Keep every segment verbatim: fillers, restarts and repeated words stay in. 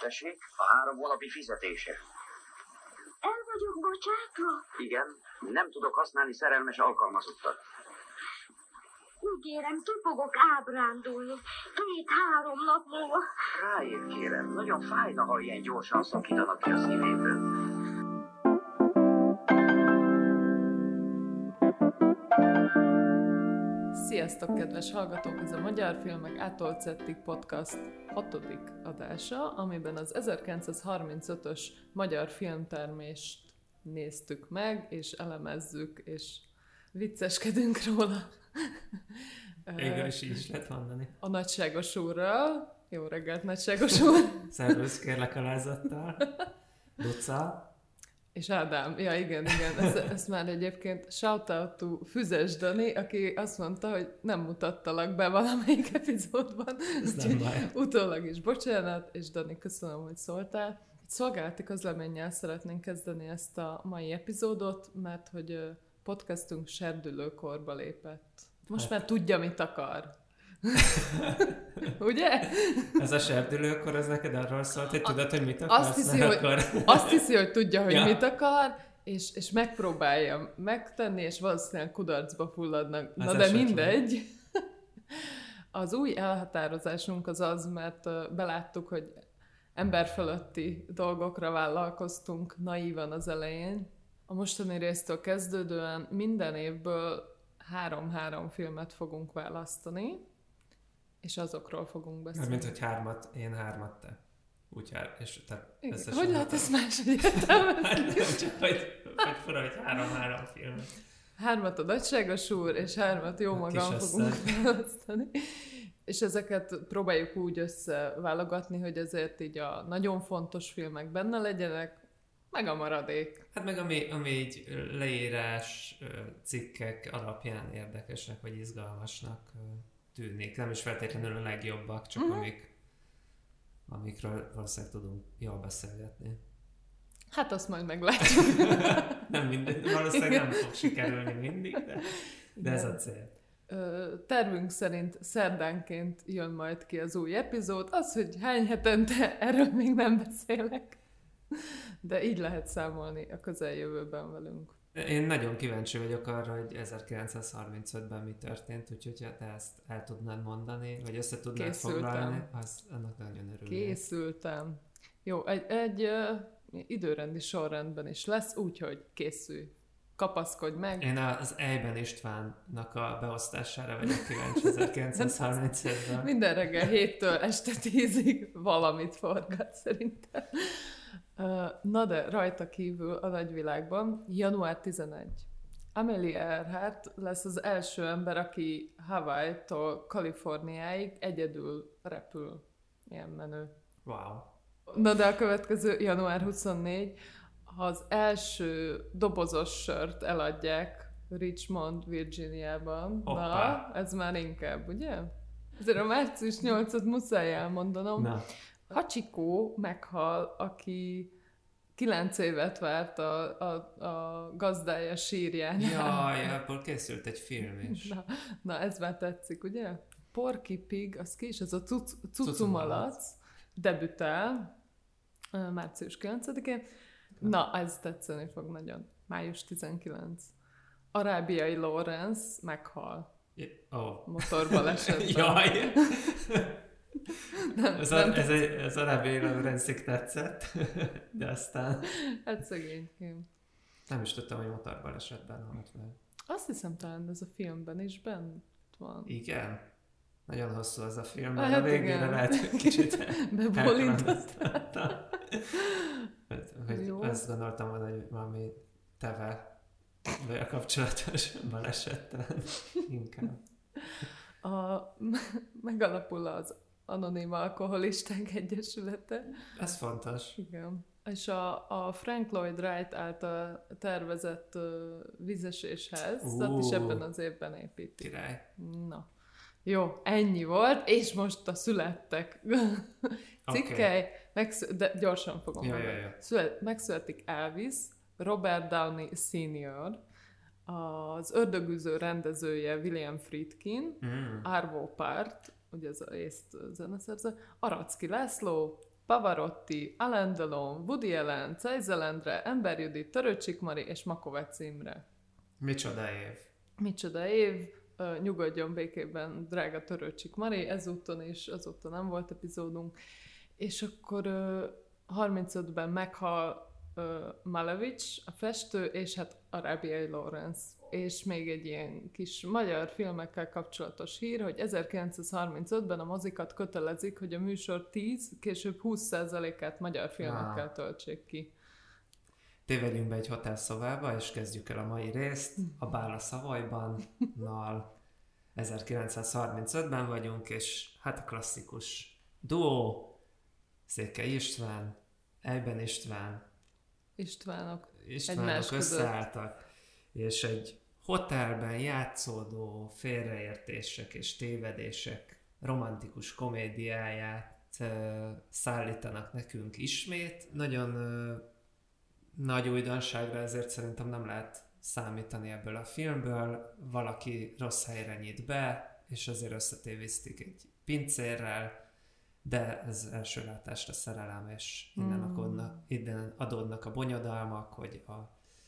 Tessék, a három hónapi fizetése. El vagyok bocsátva? Igen, nem tudok használni szerelmes alkalmazottat. Ígérem, ki fogok ábrándulni. Két-három nap múlva. Ráér, kérem, nagyon fájna, ha ilyen gyorsan szakítanak ki a szívéből. Sziasztok, kedves hallgatók! Ez a Magyar Filmek Ától Cettig podcast hatodik adása, amiben az ezerkilencszázharmincötös magyar filmtermést néztük meg, és elemezzük, és vicceskedünk róla. Végül is így is lehet mondani. A nagyságos úrral. Jó reggelt, nagyságos úr! Szervusz, kérlek alázattal. Luca. És Ádám, ja igen, igen, ezt, ezt már egyébként shoutout to Füzes Dani, aki azt mondta, hogy nem mutattalak be valamelyik epizódban. Ez nem baj. Utólag is bocsánat, és Dani, köszönöm, hogy szóltál. Egy szolgálati közleménnyel szeretnénk kezdeni ezt a mai epizódot, mert hogy podcastunk serdülőkorba lépett. Most hát. Már tudja, mit akar. Ugye? Ez a serdülőkor, ez neked arról szólt, hogy tudod, hogy mit akarsz? Azt hiszi, hogy, akkor... azt hiszi, hogy tudja, hogy ja. mit akar, és, és megpróbálja megtenni, és valószínűleg kudarcba fulladnak. Na az de esetlen. mindegy. Az új elhatározásunk az az, mert beláttuk, hogy emberfölötti dolgokra vállalkoztunk naívan az elején. A mostani résztől kezdődően minden évből három-három filmet fogunk választani, és azokról fogunk beszélni. Mint hogy hármat, én hármat, te. Úgy hár, és te hogy lehet ezt máshogy értelmezni? Hát nem csak, hogy, hogy fura, hogy három-három filmet. Hármat a nagyságos úr, és hármat jó magam fogunk választani. És ezeket próbáljuk úgy összeválogatni, hogy ezért így a nagyon fontos filmek benne legyenek, meg a maradék. Hát meg ami, ami így leírás, cikkek alapján érdekesnek vagy izgalmasnak tűnik. Nem is feltétlenül a legjobbak, csak uh-huh. amik, amikről valószínűleg tudunk jól beszélgetni. Hát azt majd meglátjuk. Nem mindegy, valószínűleg nem fog sikerülni mindig, de, de ez a cél. Tervünk szerint szerdánként jön majd ki az új epizód. Az, hogy hány hetente, erről még nem beszélek. De így lehet számolni a közeljövőben velünk. Én nagyon kíváncsi vagyok arra, hogy ezerkilencszázharmincötben mi történt, úgyhogy ha te ezt el tudnád mondani, vagy össze tudnád Készültem. foglalni, az annak nagyon örülök. Készültem. Jó, egy, egy uh, időrendi sorrendben is lesz, úgyhogy készülj. Kapaszkodj meg. Én az Ejben Istvánnak a beosztására vagyok kíváncsi ezerkilencszázharmincötben. Minden reggel héttől este tízig valamit forgat szerintem. Na de rajta kívül a nagyvilágban január tizenegy. Amelia Earhart lesz az első ember, aki Hawaii-tól Kaliforniáig egyedül repül. Milyen menő. Wow. Na de a következő január huszonnégy, ha az első dobozos sört eladják Richmond, Virginiában. Hoppá. Na, ez már inkább, ugye? Ezért a március nyolcadikát muszáj elmondanom. Na. Hachiko meghal, aki kilenc évet várt a, a, a gazdája sírjánál. Jaj, abból készült egy film is. Na, na, ez már tetszik, ugye? Porky Pig, az ki is, az a Cucumalac debütál március kilencedikén. Na, ez tetszeni fog nagyon. május tizenkilencedike. Arábiai Lawrence meghal. Oh. Motorbalesetben. Jaj! Nem, ez, nem a, ez, egy, ez Arábiai Lawrence-ig tetszett, de aztán... Hát szegénykém. Nem is tudtam, hogy motorbalesetben halt meg. Azt hiszem, talán ez a filmben is bent van. Igen. Nagyon hosszú az a film, Hát mert a végére igen. lehet, hogy kicsit Bebólintottam. Hogy azt gondoltam volna, hogy valami teve a kapcsolatos balesettel inkább. A, megalapul az Anonim Alkoholisták Egyesülete. Ez fontos. Igen. És a, a Frank Lloyd Wright által tervezett uh, vízeséshez, uh, is ebben az évben épít. Király. Na. Jó, ennyi volt, és most a születtek. Cikkely, okay. megszü- de gyorsan fogom ja, mondani. ja, ja. Szület, megszületik Elvis, Robert Downey senior, az Ördögűző rendezője William Friedkin, mm. Arvo Pärt, ugye ez a észt zeneszerző, Aracki László, Pavarotti, Alain Delon, Woody Allen, Czajzel Endre, Ember Judit, Törőcsik Mari és Makovec Imre. Micsoda év. Micsoda év, uh, nyugodjon békében, drága Törőcsik Mari, ezúton is, azóta nem volt epizódunk. És akkor uh, harmincötben meghal uh, Malevics, a festő, és hát Arábiai Lawrence. És még egy ilyen kis magyar filmekkel kapcsolatos hír, hogy ezerkilencszázharmincötben a mozikat kötelezik, hogy a műsor tíz, később húsz százalékát magyar filmekkel ah. töltsék ki. Tévedjünk be egy hotelszobába, és kezdjük el a mai részt. A Bál a Savoyban, nal ezerkilencszázharmincötben vagyunk, és hát a klasszikus duó, Székely István, Ejben István, Istvánok, Istvánok összeálltak, és egy hotelben játszódó félreértések és tévedések romantikus komédiáját uh, szállítanak nekünk ismét. Nagyon uh, nagy újdonságra ezért szerintem nem lehet számítani ebből a filmből. Valaki rossz helyre nyit be, és azért összetévesztik egy pincérrel, de ez első látásra szerelem, és innen, mm. adódnak, innen adódnak a bonyodalmak, hogy a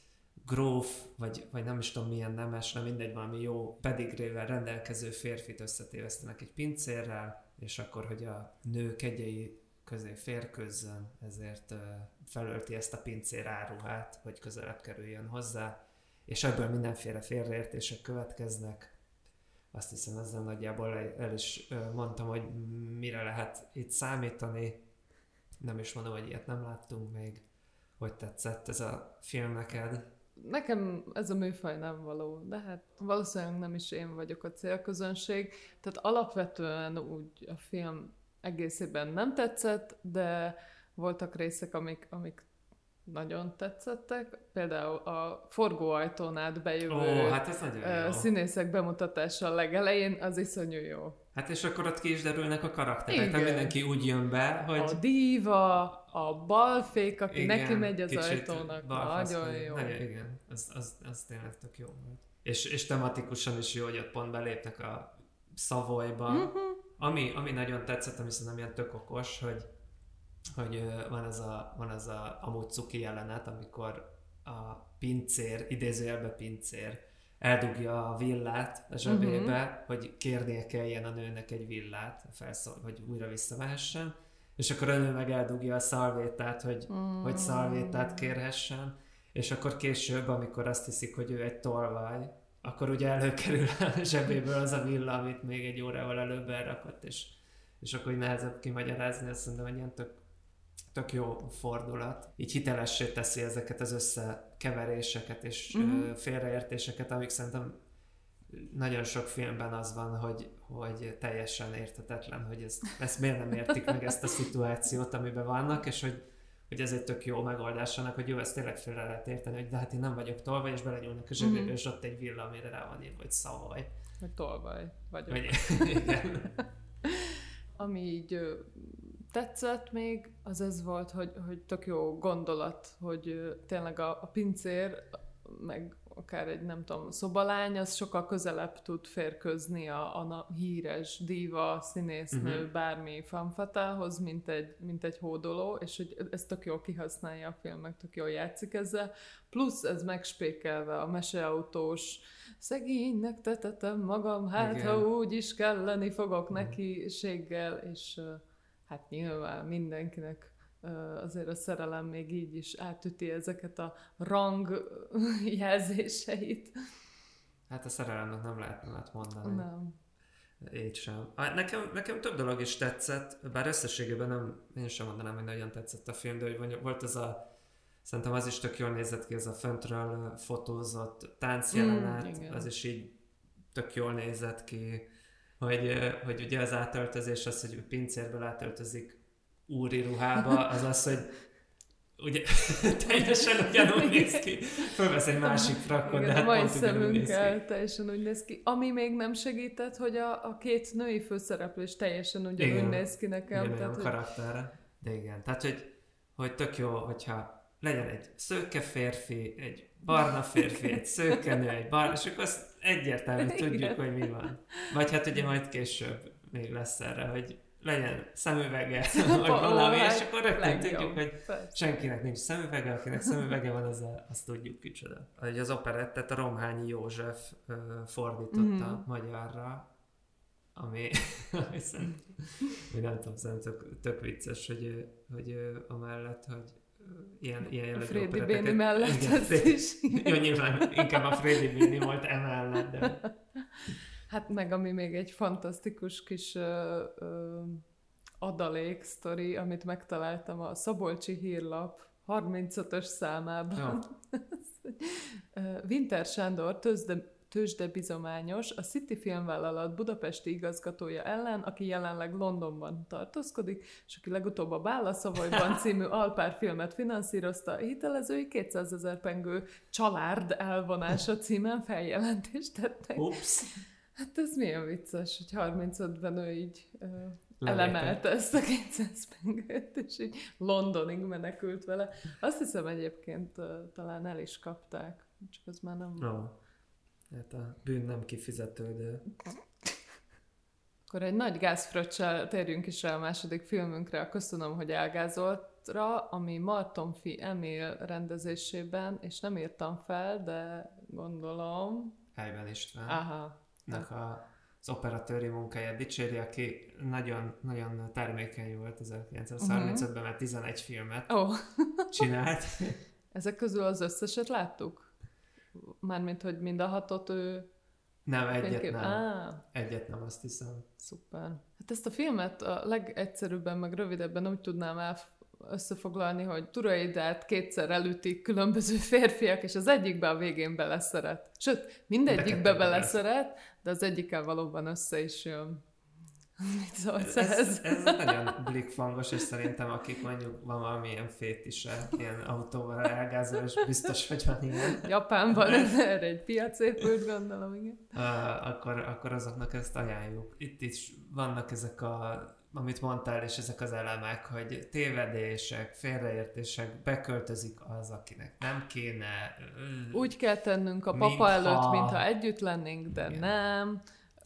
gróf, vagy, vagy nem is tudom milyen nemes, nem mindegy, valami jó pedigrével rendelkező férfit összetévesztenek egy pincérrel, és akkor, hogy a nő kegyei közé férkőzzön, ezért uh, felölti ezt a pincér áruhát, hogy közelebb kerüljön hozzá, és ebből mindenféle félreértések következnek. Azt hiszem, ezzel nagyjából el, el is uh, mondtam, hogy mire lehet itt számítani. Nem is mondom, hogy ilyet nem láttunk még. Hogy tetszett ez a film neked? Nekem ez a műfaj nem való, de hát valószínűleg nem is én vagyok a célközönség. Tehát alapvetően úgy a film egészében nem tetszett, de voltak részek, amik, amik nagyon tetszettek. Például a forgóajtón át bejövő Ó, hát ez nagyon jó. Színészek bemutatása a legelején, az iszonyú jó. Hát és akkor ott ki is derülnek a karakterek, tehát mindenki úgy jön be, hogy... A díva, a balfék, aki igen, neki megy az ajtónak, nagyon jó. Nagyon, igen, az, az, az tényleg tök jó volt. És, és tematikusan is jó, hogy ott pont belépnek a Savoyba. Mm-hmm. Ami, ami nagyon tetszett, ami szerintem ilyen tök okos, hogy, hogy van az a, van az a amúgy cuki jelenet, amikor a pincér, idézőjelben pincér, eldugja a villát a zsebébe, uh-huh. hogy kérnie kelljen a nőnek egy villát, felszól, hogy újra visszamehessen, és akkor a nő meg eldugja a szalvétát, hogy, uh-huh. hogy szalvétát kérhessen, és akkor később, amikor azt hiszik, hogy ő egy tolvaj, akkor ugye előkerül a zsebéből az a villa, amit még egy órával előbb elrakott, és, és akkor így nehezebb kimagyarázni, azt mondom, hogy ilyen tök, tök jó fordulat. Így hitelessé teszi ezeket az összekeveréseket és uh-huh. félreértéseket, amik szerintem nagyon sok filmben az van, hogy, hogy teljesen érthetetlen, hogy ezt, ezt miért nem értik meg ezt a szituációt, amiben vannak, és hogy, hogy ez egy tök jó megoldás annak, hogy jó, ezt tényleg félre lehet érteni, hogy de hát én nem vagyok tolvaj, és belenyúlnak a zsebébe, uh-huh. és ott egy villa, amire rá van írva, hogy Savoy. Meg tolvaj vagyok. Vagy, igen. Ami így tetszett még, az ez volt, hogy, hogy tök jó gondolat, hogy tényleg a, a pincér, meg akár egy, nem tudom, szobalány, az sokkal közelebb tud férkőzni a, a híres díva, színésznő, uh-huh. bármi fanfatához, mint egy, mint egy hódoló, és hogy ezt tök jól kihasználja a film, meg tök jól játszik ezzel. Plusz ez megspékelve a meseautós szegénynek tetetem magam, hát igen. ha úgy is kelleni fogok uh-huh. nekiséggel, és hát nyilván mindenkinek azért a szerelem még így is átüti ezeket a rang jelzéseit. Hát a szerelemnek nem lehet nemet mondani. Nem. Így sem. Nekem, nekem több dolog is tetszett, bár összességében nem, én sem mondanám, hogy nagyon tetszett a film, de hogy volt ez a, szerintem az is tök jól nézett ki, ez a föntről fotózott táncjelenet, mm, az is így tök jól nézett ki, hogy, hogy ugye az átöltözés az, hogy pincérből átöltözik úri ruhába, az az, hogy ugye teljesen ugyanúgy néz ki. Fölvesz egy másik frakkot, de hát pont ugyanúgy néz ki. Teljesen úgy néz ki. Ami még nem segített, hogy a, a két női főszereplő is teljesen ugyanúgy igen, néz ki nekem. Igen, tehát, hogy... karakterre. De igen, tehát hogy, hogy tök jó, hogyha legyen egy szőke férfi, egy barna férfi, egy szőke nő, egy barna, és akkor azt egyértelműen tudjuk, hogy mi van. Vagy hát ugye majd később még lesz erre, hogy legyen szemüvege, vagy valami, és akkor rögtön tudjuk, hogy persze. senkinek nincs szemüvege, akinek szemüvege van, az a, azt tudjuk kicsoda. Az operettet a Romhányi József uh, fordította mm. magyarra, ami, ami szerintem, nem tudom, szerintem tök, tök vicces, hogy, hogy amellett, hogy ilyen, ilyen jellegű operetteket. A Frédi Béni mellett igen, ezt is. Jó, nyilván inkább a Frédi Béni volt emellett, de... Hát meg ami még egy fantasztikus kis ö, ö, adalék sztori, amit megtaláltam a Szabolcsi Hírlap harmincötös számában. Ja. Winter Sándor tőzsde, tőzsdebizományos, a City Filmvállalat budapesti igazgatója ellen, aki jelenleg Londonban tartózkodik, és aki legutóbb a Bála Szavolyban című Alpár filmet finanszírozta, a hitelezői kétszázezer pengő család elvonása címen feljelentést tettek. Ups. Hát ez milyen vicces, hogy harmincötben ő így uh, elemelte ezt a kétszáz pengőt, és így Londonig menekült vele. Azt hiszem egyébként uh, talán el is kapták, csak az már nem... No. Hát a bűn nem kifizetődő. Akkor egy nagy gázfröccsel térjünk is rá a második filmünkre, a Köszönöm, hogy elgázoltra, ami Martonfi Emil rendezésében, és nem írtam fel, de gondolom... Helyben István. Aha. A, az operatőri munkáját dicséri, aki nagyon, nagyon termékeny volt ezerkilencszázharmincötben, mert tizenegy filmet oh. csinált. Ezek közül az összeset láttuk? Mármint, hogy mind a hatot ő... Nem, egyet fénykép... nem. Ah. Egyet nem, azt hiszem. Szuper. Hát ezt a filmet a legegyszerűbben, meg rövidebben úgy tudnám el összefoglalni, hogy Turaidát kétszer elütik különböző férfiak, és az egyikbe a végén beleszeret. Sőt, mindegyikbe beleszeret, de az egyikkel valóban össze is jön. Mit szólsz ez, ez? Ez nagyon blikfangos, és szerintem akik mondjuk van valamilyen fétise, ilyen autóval elgázol, és biztos, hogy van ilyen. Japánban erre egy piac épült, gondolom, igen. Uh, akkor, akkor azoknak ezt ajánljuk. Itt is vannak ezek a, amit mondtál, és ezek az elemek, hogy tévedések, félreértések, beköltözik az, akinek nem kéne. Úgy kell tennünk a papa mintha... előtt, mintha együtt lennénk, de igen. nem.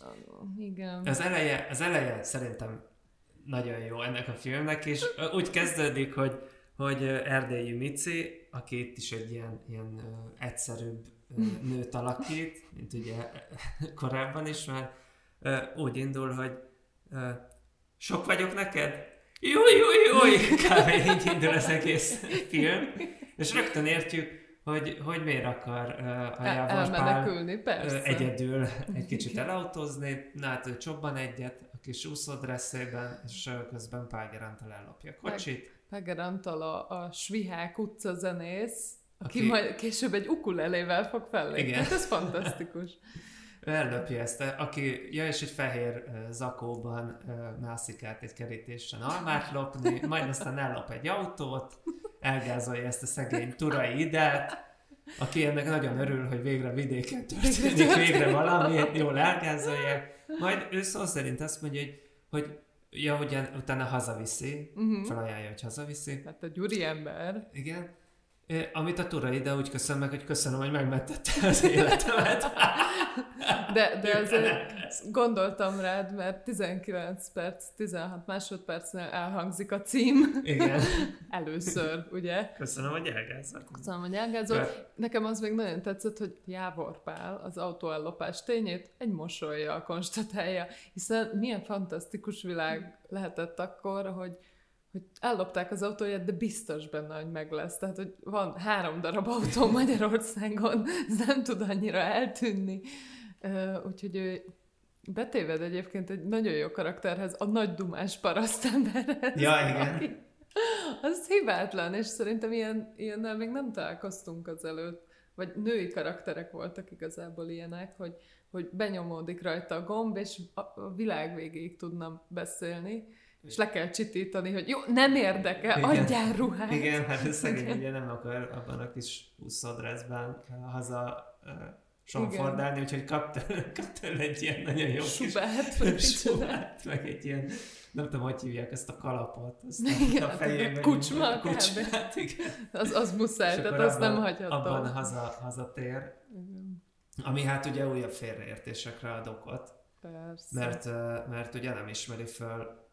Igen. Az eleje, az eleje szerintem nagyon jó ennek a filmnek, és úgy kezdődik, hogy, hogy Erdélyi Mici, aki itt is egy ilyen, ilyen uh, egyszerűbb uh, nőt alakít, mint ugye korábban is már, uh, úgy indul, hogy uh, sok vagyok neked? Jó, jó, jó, kb. Így indul az egész film, és rögtön értjük, hogy, hogy miért akar uh, a Jávor Pál uh, egyedül egy kicsit elautózni, na hát ő csobban egyet a kis úszódresszében, és uh, közben Pál Gerántal ellopja a kocsit. Pál Gerántal a, a Svihák utca zenész, aki, aki majd később egy ukulelével fog fellépni. Hát ez fantasztikus. Ellöpje ezt, aki, ja, és egy fehér uh, zakóban uh, mászik át egy kerítésen almát lopni, majd aztán ellop egy autót, elgázolja ezt a szegény Turai Idát, aki ennek nagyon örül, hogy végre vidéken történik, végre valami, jól elgázolják. Majd ő szó szerint azt mondja, hogy, hogy ja, ugyan, utána hazaviszi, uh-huh. felajánlja, hogy hazaviszi. Hát a Gyuri ember. Igen. Amit a Turai Ida úgy köszön meg, hogy köszönöm, hogy megmentette az életemet. De, de azért gondoltam rád, mert tizenkilenc perc, tizenhat másodpercnél elhangzik a cím. Igen. Először, ugye? Köszönöm, hogy elgázolt. Köszönöm, hogy elgázolt. Nekem az még nagyon tetszett, hogy Jávor Pál az autóellopás tényét egy mosollyal konstatálja, hiszen milyen fantasztikus világ lehetett akkor, hogy hogy ellopták az autóját, de biztos benne, hogy meg lesz. Tehát, hogy van három darab autó Magyarországon, ez nem tud annyira eltűnni. Uh, úgyhogy ő betéved egyébként egy nagyon jó karakterhez, a nagy dumás parasztemberhez. Ja, igen. Az hibátlan, és szerintem ilyen, ilyennel még nem találkoztunk azelőtt. Vagy női karakterek voltak igazából ilyenek, hogy, hogy benyomódik rajta a gomb, és a, a világ végéig tudnam beszélni. És le kell csitítani, hogy jó, nem érdekel, igen. Adjál ruhát. Igen, hát ez szegény ugye nem akar abban a kis úszódresszben haza uh, sonfordálni, úgyhogy kap tőle, kap tőle egy ilyen nagyon jó subát, kis subát, meg egy ilyen, nem tudom, hogy hívják ezt a kalapot. Igen, a fejében. Kucsma, kucsmát, igen. Az, az muszáj, tehát azt nem hagyhatom. Abban haza, hazatér, igen. Ami hát ugye újabb félreértésekre ad okot. Persze. Mert, mert ugye nem ismeri föl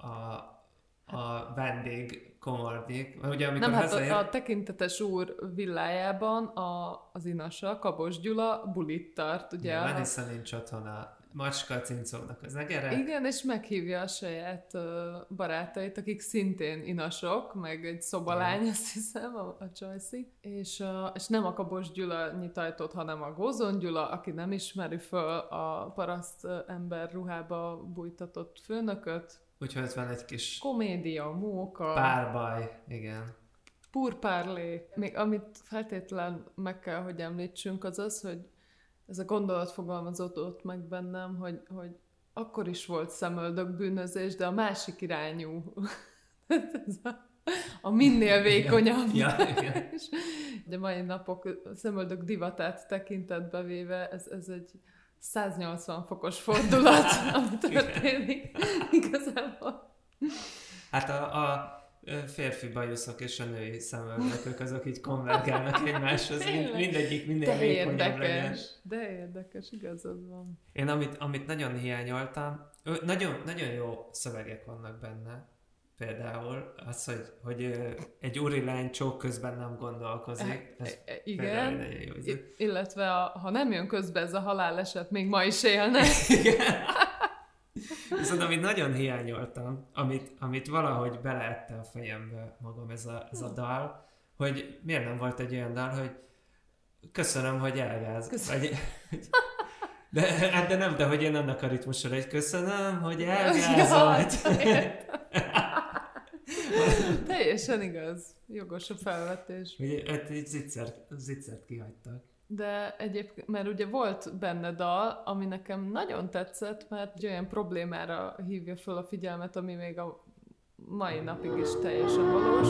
a a vendég komordik. Ugye, amikor nem, hát hazaér... a, a tekintetes úr villájában a, az inasa, Kabos Gyula bulit tart, ugye? Van, a... hiszen nincs otthon a macska, cincognak az egerek. Igen, és meghívja a saját uh, barátait, akik szintén inasok, meg egy szobalány, igen. Azt hiszem, a, a Csajci. És, uh, és nem a Kabos Gyula nyit ajtót, hanem a Gózon Gyula, aki nem ismeri föl a paraszt ember ruhába bújtatott főnököt. Úgyhogy ott van egy kis... Komédia, móka. Párbaj, igen. Purpárlé. Még amit feltétlen meg kell, hogy említsünk, az az, hogy ez a gondolat fogalmazódott meg bennem, hogy, hogy akkor is volt szemöldök bűnözés, de a másik irányú. ez a, a minél vékonyabb. Ja, igen. De mai napok szemöldök divatát tekintetbe véve, ez, ez egy száznyolcvan fokos fordulat, ami történik igazából. Hát a, a férfi bajuszok és a női szemöldökök, azok így konvergálnak egymáshoz, mindegyik minél vékonyabb legyen. De érdekes, igazad van. Én amit, amit nagyon hiányoltam, nagyon, nagyon jó szövegek vannak benne, például az, hogy, hogy egy úri lány csók közben nem gondolkozik. Ez igen, illetve a, ha nem jön közbe ez a haláleset, még ma is élne. Igen. Viszont amit nagyon hiányoltam, amit, amit valahogy beleette a fejembe magam ez a, ez a dal, hogy miért nem volt egy olyan dal, hogy köszönöm, hogy elgáz. Vagy, de, hát de nem, de hogy én annak a ritmusra, hogy köszönöm, hogy elgázolt. Teljesen igaz. Jogos a felvetés. Ugye egy zicsert, zicsert kihagytak. De egyébként, mert ugye volt benne dal, ami nekem nagyon tetszett, mert egy olyan problémára hívja föl a figyelmet, ami még a mai napig is teljesen valós.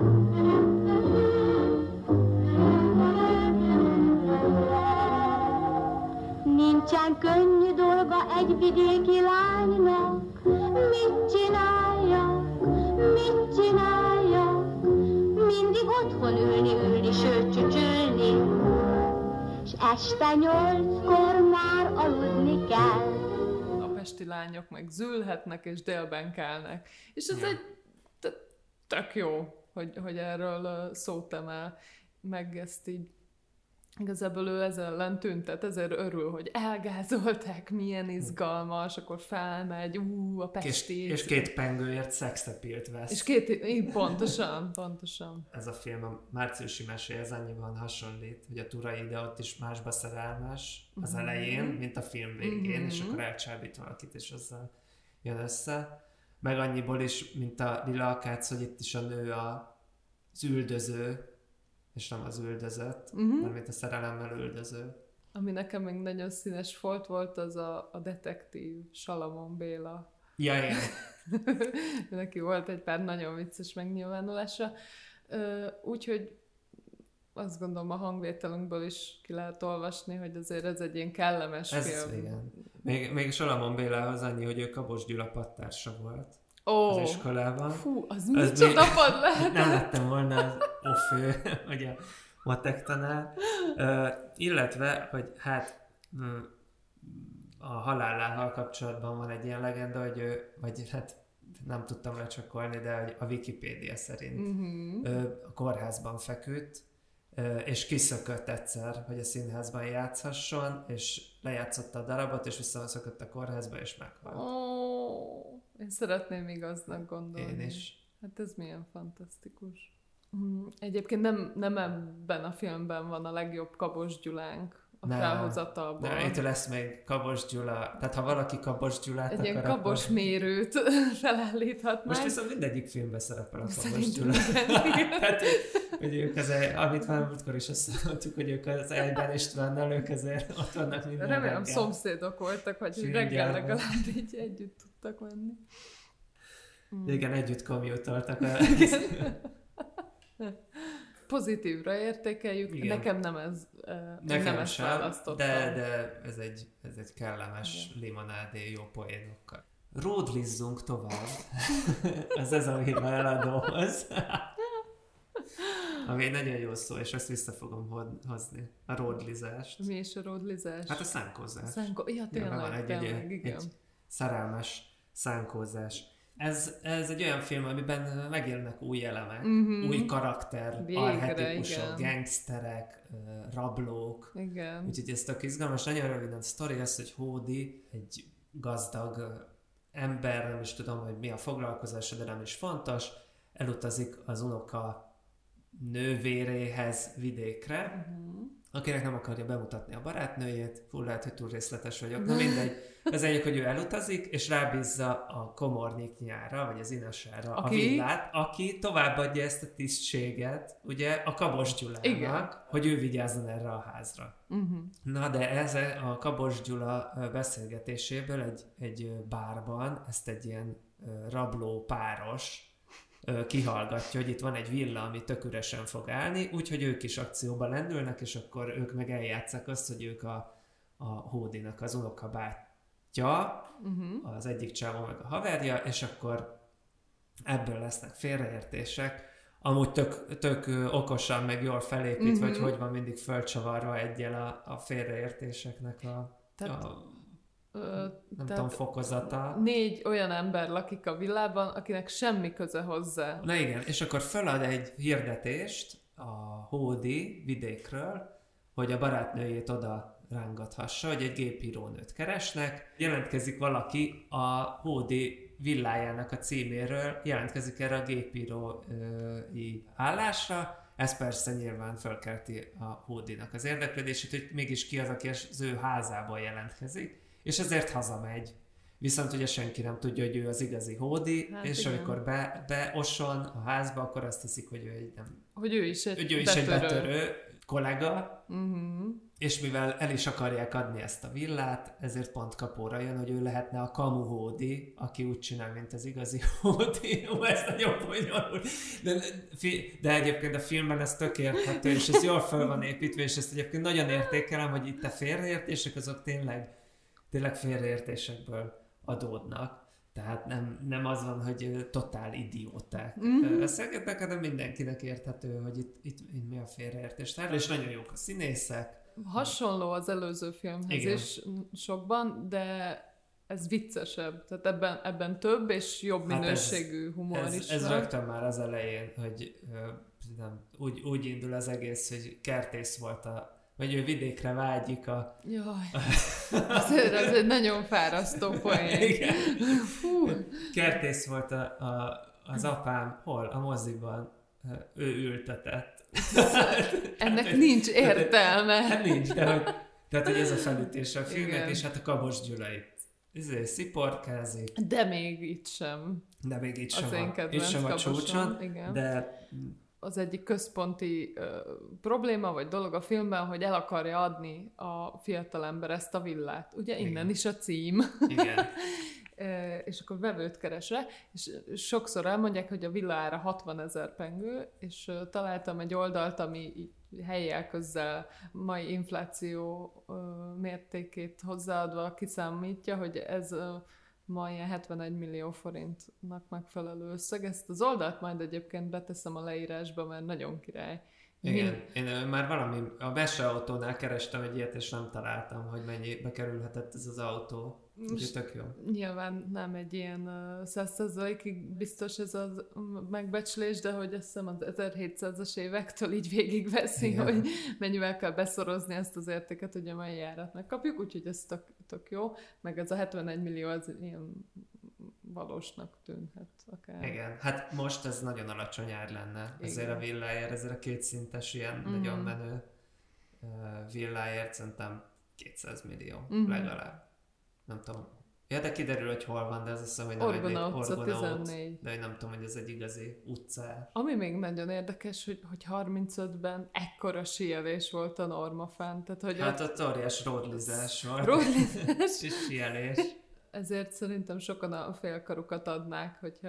Nincsen könnyű dolga egy vidéki lánynak, mit csináljak, mit csináljak, mindig otthon ülni, ülni, sőt csücsülni, s este nyolckor már aludni kell. A pesti lányok meg zülhetnek és délben kelnek. És ez ja. egy tök jó, hogy, hogy erről szót emel, meg ezt így igazából ő ez ellen tüntet, ezért örül, hogy elgázolták, milyen izgalmas, akkor felmegy, ú, a pesti. És, és két pengőért szextepilt vesz. És két, így, pontosan, pontosan. Ez a film a Márciusi meséhez annyiban hasonlít, hogy a Turai ide ott is másba szerelmes az mm-hmm. elején, mint a film végén, mm-hmm. és akkor elcsábít valakit, és azzal jön össze. Meg annyiból is, mint a Lila Akác, hogy itt is a nő a, az üldöző, és nem az üldözött, uh-huh. mert mint a szerelemmel üldöző. Ami nekem még nagyon színes volt, volt az a, a detektív Salamon Béla. Ja, igen. Neki volt egy pár nagyon vicces megnyilvánulása. Úgyhogy azt gondolom a hangvételünkből is ki lehet olvasni, hogy azért ez egy ilyen kellemes ez, film. Igen. Még, még Salamon Bélához annyi, hogy ő Kabos Gyula pattársa volt. Oh, az iskolában. Fú, az micsoda pad lehet? Nem lettem volna az ofő, vagy a matek tanár. Uh, illetve, hogy hát a halállával kapcsolatban van egy ilyen legenda, hogy ő, vagy hát nem tudtam lecsakolni, de hogy a Wikipédia szerint uh-huh. ő a kórházban feküdt, és kiszökött egyszer, hogy a színházban játszhasson, és lejátszotta a darabot, és visszaszökött a kórházba, és meghalt. Oh. Én szeretném igaznak gondolni. Én is. Hát ez milyen fantasztikus. Egyébként nem, nem ebben a filmben van a legjobb Kabos Gyulánk a nem, felhozatalból. De itt lesz még Kabos Gyula. Tehát ha valaki Kabos Gyulát egy akar, ilyen Kabos akkor... mérőt felállíthat Most meg. viszont mindegyik filmben szerepel a Kabos Szerintem Gyula. Igen, igen. Hát, hogy ők azért, amit már múltkor is azt mondtuk, hogy ők az Egyben Istvánnal, ők azért ott vannak minden Remélem reggel. szomszédok voltak, hogy reggel legalább így együtt tudtak menni. Mm. Igen, együtt commute-oltak. Pozitívra értékeljük. Igen. Nekem nem ez Nekem nem ezt sem, választottam. De, de ez, egy, ez egy kellemes igen. limonádé jó poénokkal. Ródlizzunk tovább. ez ez, ami már eladóhoz. Ami egy nagyon jó szó, és ezt vissza fogom hozni. A ródlizást. Mi is a ródlizás? Hát a szánkózás. Szánkó... Ja, tényleg, van egy, tényleg, egy, igen. egy szerelmes szánkózás. ez, ez egy olyan film, amiben megjelennek új elemek, Mhm. új karakter, Végre, archetipusok, igen. gangsterek, ö, rablók. Igen. Úgyhogy ez tök izgalmas. Nagyon röviden a sztori az, hogy Hódi egy gazdag ö, ember, nem is tudom, hogy mi a foglalkozása, de nem is fontos, elutazik az unoka nővéréhez vidékre, Uh-huh. akinek nem akarja bemutatni a barátnőjét, full lehet, hogy túl részletes vagyok, na mindegy. Az egyik, hogy ő elutazik, és rábízza a komornyiknyára, vagy az inasára Aki? a villát, aki továbbadja ezt a tisztséget, ugye, a Kabos Gyulának, Igen. hogy ő vigyázzon erre a házra. Uh-huh. Na de ez a Kabos Gyula ö, beszélgetéséből egy, egy ö, bárban ezt egy ilyen ö, rabló páros ö, kihallgatja, hogy itt van egy villa, ami tök üresen fog állni, úgyhogy ők is akcióba lendülnek, és akkor ők meg eljátszák azt, hogy ők a, a Hódinak az unokabátyja, Uh-huh. az egyik csávó meg a haverja, és akkor ebből lesznek félreértések, amúgy tök, tök ö, okosan, meg jól felépítve, Mhm. hogy hogy van mindig fölcsavarva egyel a, a félreértéseknek a, Tehát, a Ö, nem tehát tudom, fokozata. négy olyan ember lakik a villában, akinek semmi köze hozzá. Na igen, és akkor felad egy hirdetést a Hódi vidékről, hogy a barátnőjét oda rángathassa, hogy egy gépírónőt keresnek. Jelentkezik valaki a Hódi villájának a címéről, jelentkezik erre a gépírói állásra. Ez persze nyilván felkelti a Hódinak az érdeklődését, hogy mégis ki az, aki az ő házából jelentkezik, és ezért hazamegy. Viszont ugye senki nem tudja, hogy ő az igazi Hódi, Hát és igen. amikor be, beoson a házba, akkor azt hiszik, hogy ő egy, nem, Hogy ő is egy hogy ő is egy betörő kollega, Uh-huh. és mivel el is akarják adni ezt a villát, ezért pont kapóra jön, hogy ő lehetne a kamu Hódi, aki úgy csinál, mint az igazi Hódi. Ó, ez nagyon bonyolult. De, fi- de egyébként a filmben ez tök érthető, és ez jól fel van építve, és ezt egyébként nagyon értékelem, hogy itt a félreértések azok tényleg, tényleg félreértésekből adódnak. Tehát nem, nem az van, hogy ö, totál idióták Mhm. beszélgetnek, hanem mindenkinek érthető, hogy itt, itt, itt mi a félreértés. Tehát, és nagyon jók a színészek. Hasonló az előző filmhez Igen. is sokban, de ez viccesebb. Tehát ebben, ebben több és jobb Hát minőségű ez, humor ez, is ez van. rögtön már az elején, hogy ö, nem, úgy, úgy indul az egész, hogy kertész volt a, vagy ő vidékre vágyik a... Jaj, ez, ez egy nagyon fárasztó poén. Igen. Fú. Kertész volt a, a, az apám, hol? A moziban. Ő ültetett. Ennek Hát, nincs tehát- értelme. Hát nincs, de hogy, tehát, hogy ez a felütés a filmnek, Igen. és hát a Kabos Gyula itt izé, sziporkázik, De még itt sem. de még itt Az sem, én a, itt kedvenc sem a Kabosom, csúcson, igen. de Az egyik központi ö, probléma vagy dolog a filmben, hogy el akarja adni a fiatalember ezt a villát. Ugye innen Igen. is a cím. igen. Ö, és akkor vevőt keres rá, és sokszor elmondják, hogy a villa ára hatvanezer pengő, és ö, találtam egy oldalt, ami így helyjel közzel mai infláció ö, mértékét hozzáadva kiszámítja, hogy ez ö, ma ilyen hetvenegy millió forintnak megfelelő összeg. Ezt az oldalt majd egyébként beteszem a leírásba, mert nagyon király. Igen, én ö, már valami, a Bese autónál kerestem egy ilyet, és nem találtam, hogy mennyibe kerülhetett ez az autó. Úgyhogy Most tök jó. nyilván nem egy ilyen száz százalékig biztos ez a megbecslés, de hogy azt hiszem az ezerhétszázas évektől így végigveszi, Igen. hogy mennyivel kell beszorozni ezt az értéket, hogy a mai árat megkapjuk, úgyhogy ez tök, tök jó. Meg ez a hetvenegy millió az ilyen valósnak tűnhet akár. Igen, hát most ez nagyon alacsony ár lenne. Ezért Igen. a villáért, ezért a kétszintes ilyen Mhm. nagyon menő uh, villáért szerintem kétszáz millió Mhm. legalább. Nem tudom. Ja, de kiderül, hogy hol van, de az azt hiszem, hogy nem Orgona egy utca Orgona út, tizennégy. de hogy nem tudom, hogy ez egy igazi utca. Ami még nagyon érdekes, hogy, hogy harmincötben ekkora síelés volt a Normafán, tehát hogy Hát ott ott óriás ródlizás volt. ródlizás, És síelés. ezért szerintem sokan a félkarukat adnák, hogyha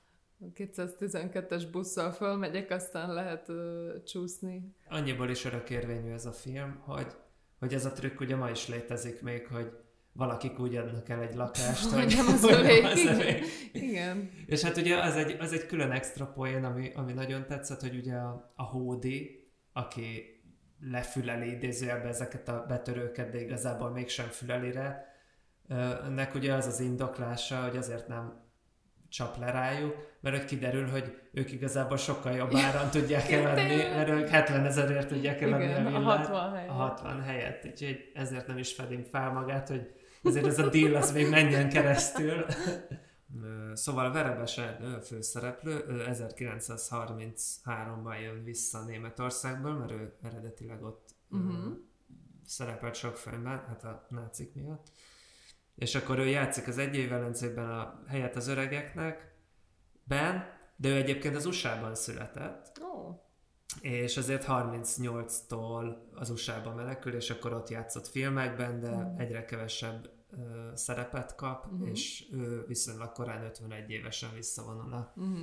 a kétszáztizenkettes busszal fölmegyek, aztán lehet ö, csúszni. Annyiból is örökérvényű ez a film, hogy, hogy ez a trükk ugye ma is létezik még, hogy valakik úgy adnak el egy lakást, Hogy nem az hogy nem övé. az Igen. övé. Igen. És hát ugye az egy, az egy külön extra poén, ami, ami nagyon tetszett, hogy ugye a, a Hódi, aki lefüleli idézőjelbe ezeket a betörőket, de igazából mégsem füleli rá, ennek ugye az az indoklása, hogy azért nem csap le rájuk, mert hogy kiderül, hogy ők igazából sokkal jobb áron tudják eladni, mert ők hetven ezerért tudják eladni Igen, a villát. a hatvan helyett. A hatvan helyett. Úgyhogy ezért nem is fedim fel magát, hogy ezért ez a deal az még menjen keresztül. Szóval Verebes Ernő a főszereplő, ő ezerkilencszázharmincháromban jön vissza Németországból, mert ő eredetileg ott uh-huh. szerepelt sok filmben, hát a nácik miatt. És akkor ő játszik az Egy év Velencében a helyet az öregeknek, ben, de ő egyébként az u es á-ban született. Oh. És azért harmincnyolctól az u es á-ban menekül, és akkor ott játszott filmekben, de uh-huh. egyre kevesebb uh, szerepet kap, uh-huh. és ő viszonylag korán ötvenegy évesen visszavonul a uh-huh.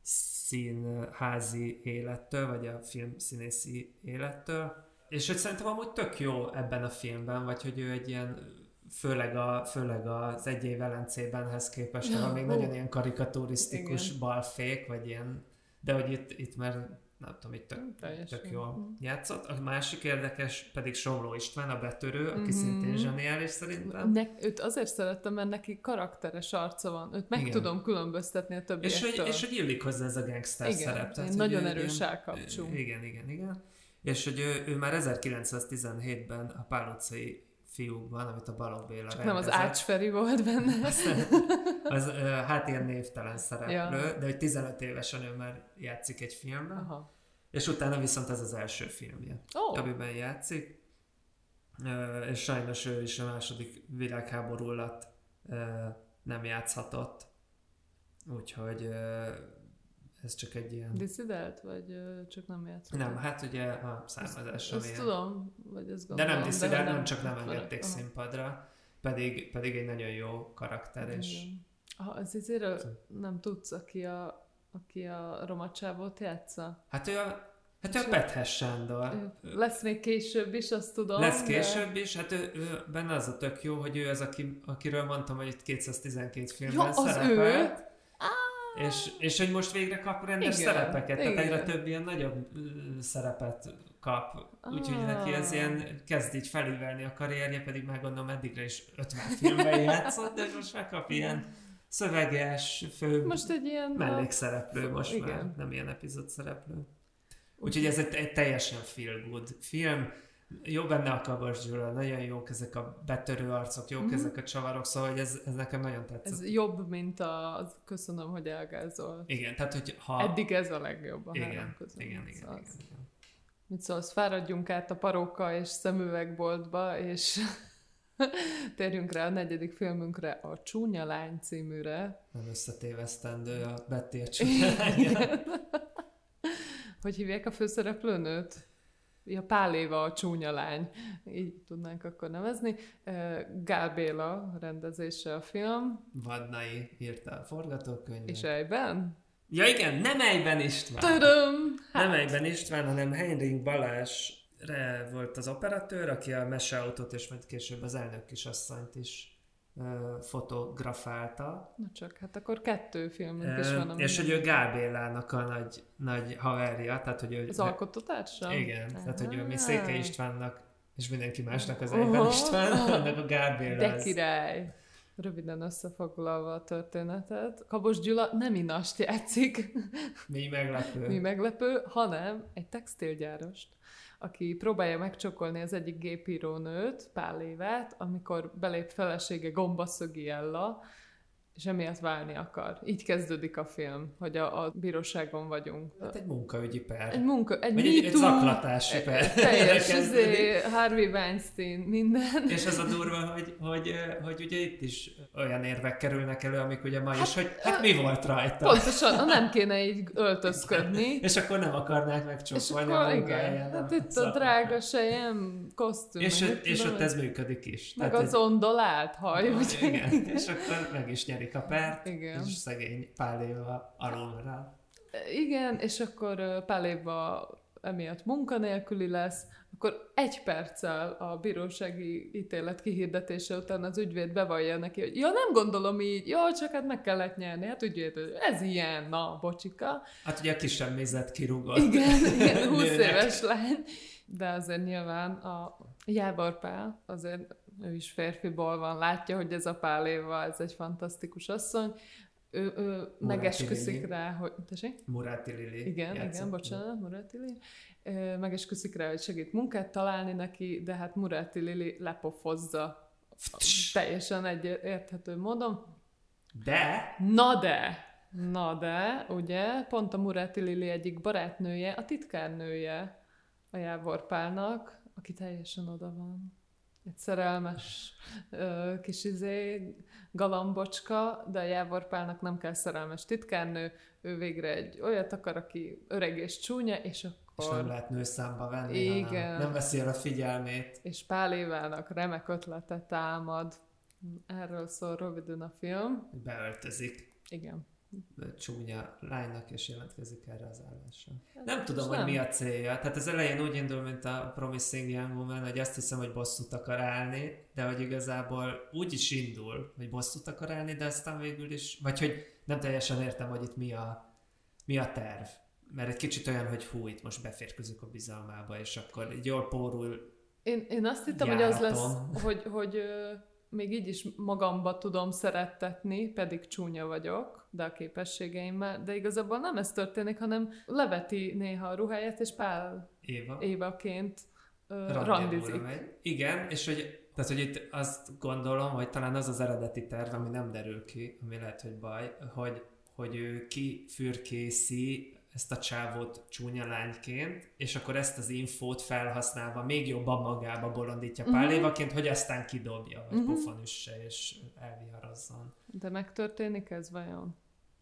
színházi élettől, vagy a filmszínészi élettől. És hogy szerintem amúgy tök jó ebben a filmben, vagy hogy ő egy ilyen főleg, a, főleg az Egy év Velencébenhez képest, ahol még oh. nagyon ilyen karikaturisztikus igen. balfék, vagy ilyen, de hogy itt, itt már nem tudom, itt tök, tök jól mm. játszott. A másik érdekes pedig Somló István, a betörő, aki mm-hmm. szintén zseniális szerintem. Ne, őt azért szerettem, mert neki karakteres arca van. Őt meg igen. tudom különböztetni a többiektől. És hogy, és hogy illik hozzá ez a gangster szerep. Tehát, nagyon erős elkapcsú. Igen, igen, igen. És hogy ő, ő már ezerkilencszáztizenhétben a Pál utcai fiúkban, amit a Balogh Béla csak rendezett. Nem az Ács Feri volt benne. az, az hát ilyen névtelen szereplő, ja. de hogy tizenöt évesen ő már játszik egy filmben, aha. és utána viszont ez az első filmje, oh. amiben játszik. És sajnos ő is a második világháború alatt nem játszhatott. Úgyhogy ez csak egy ilyen... Disszidált, vagy uh, csak nem játszott? Nem, hát ugye a származása Azt tudom, vagy ezt gondolom. De nem disszidált, nem, nem csak nem engedték aha. színpadra, pedig, pedig egy nagyon jó karakter, és... Ah, az azért nem tudsz, aki a, aki a roma csávót játsza? Hát ő a, hát ő a Pethes Sándor. Lesz még később is, azt tudom. Lesz később de... is, hát ő, ő, benne az a tök jó, hogy ő az, aki, akiről mondtam, hogy itt kétszáztizenkét filmben ja, szerepelt. Ő? És, és hogy most végre kap rendes igen, szerepeket, igen. tehát egyre több ilyen nagyobb uh, szerepet kap. Úgyhogy ah. neki ez ilyen kezd így felívelni a karrierje, pedig már gondolom eddigre is ötven filmben játszott, de most megkap ilyen szöveges, fő most egy ilyen mellékszereplő most igen. már, nem ilyen epizód szereplő. Úgyhogy ez egy, egy teljesen feel good film. Jó benne a Kabos Gyula, nagyon jók ezek a betörő arcok, jók mm-hmm. ezek a csavarok, szóval hogy ez, ez nekem nagyon tetszett. Ez jobb, mint a köszönöm, hogy elgázolt. Igen, tehát hogy ha... Eddig ez a legjobb a igen, három között. Igen, igen, igen, igen. Mit szólsz, fáradjunk át a paróka és szemüvegboltba, és térjünk rá a negyedik filmünkre, a Csúnya lány címűre. Nem összetévesztendő a Betty a Csúnya lány. Hogy hívják a főszereplőnőt? Ja, Pál Éva a csúnya lány, így tudnánk akkor nevezni. Gál Béla rendezése a film. Vadnai írta a forgatókönyvet. És egyben? Ja igen, nem egyben István. Tudom! Hát. Nem egyben István, hanem Heinrich Balázs volt az operatőr, aki a Meseautót és majd később az Elnök kisasszonyt is uh, fotografálta. Na csak, hát akkor kettő filmünk uh, is van. És hogy ő Gál Bélának a nagy, nagy haverja. Tehát, hogy ő, az alkotótársa? Igen, ah. tehát hogy ő mi Székely Istvánnak és mindenki másnak az egyben oh. István, annak a Gál Béla. De király! Röviden összefoglalva a történetet. Kabos Gyula nem Inast játszik. Mi meglepő. Mi meglepő, hanem egy textilgyárost, aki próbálja megcsokolni az egyik gépírónőt, Pál Évát, amikor belép felesége Gombaszögi Ella, és emiatt válni akar. Így kezdődik a film, hogy a, a bíróságon vagyunk. Hát egy munkaügyi per. Egy munka, egy Vagy egy, egy zaklatási per. Teljes, izé, Harvey Weinstein, minden. És az a durva, hogy, hogy, hogy ugye itt is olyan érvek kerülnek elő, amik ugye ma hát, is, hogy hát mi volt rajta. Pontosan, nem kéne így öltözködni. És akkor nem akarnák megcsókolni a munkahelyen. Hát itt a drága sejem, kosztüm. És, és ott ez működik is. Meg az ondolált haj. Igen, és akkor meg is nyerik a pert, igen. És szegény Pál Éva alul rá. Igen, és akkor Pál Éva emiatt munkanélküli lesz, akkor egy perccel a bírósági ítélet kihirdetése után az ügyvéd bevallja neki, hogy ja, nem gondolom így, jó, csak hát meg kellett nyerni, hát ügyvéd, ez ilyen, na, bocsika. Hát ugye a kisemmizet kirúgott. Igen, igen, húsz éves lány. De azért nyilván a Jábor Pál, azért ő is férfiból van, látja, hogy ez a Pál Éva, ez egy fantasztikus asszony, ő, ő megesküszik rá, hogy... Tessék? Moretti Lili. Igen, játszott. igen, bocsánat, Moretti Lili. Megesküszik rá, hogy segít munkát találni neki, de hát Moretti Lili lepofozza teljesen egy érthető módon. De? Na de! Na de, ugye, pont a Moretti Lili egyik barátnője, a titkárnője a Jávor Pálnak, aki teljesen oda van. Egy szerelmes ö, kis izé, galambocska, de a Jávor Pálnak nem kell szerelmes titkárnő, ő végre egy olyat akar, aki öreg és csúnya, és akkor... És nem lehet nőszámba venni, igen. hanem nem veszi el a figyelmét. És Pál Évának remek ötlete támad. Erről szól röviden a film. Beöltözik. Igen. Csúnya lánynak, és jelentkezik erre az állásra. Ez Nem tudom, nem. hogy mi a célja. Tehát az elején úgy indul, mint a Promising Young Woman, hogy azt hiszem, hogy bosszút akar állni, de hogy igazából úgy is indul, hogy bosszút akar állni, de aztán végül is, vagy hogy nem teljesen értem, hogy itt mi a, mi a terv. Mert egy kicsit olyan, hogy hú, itt most beférkőzök a bizalmába, és akkor így jól pórul. Én, én azt hittem, Járaton. hogy az lesz, hogy, hogy ö, még így is magamba tudom szerettetni, pedig csúnya vagyok, de a képességeimmel, de igazából nem ez történik, hanem leveti néha a ruháját, és Pál Éva. Évaként ö, Randevúra randizik. megy. Igen, és hogy, tehát, hogy itt azt gondolom, hogy talán az az eredeti terv, ami nem derül ki, ami lehet, hogy baj, hogy, hogy ő kifürkészi ezt a csávót csúnya lányként, és akkor ezt az infót felhasználva még jobban magába bolondítja Pál Mhm. Évaként, hogy aztán kidobja, vagy Mhm. pofon üsse, és elviharazzon. De megtörténik ez vajon?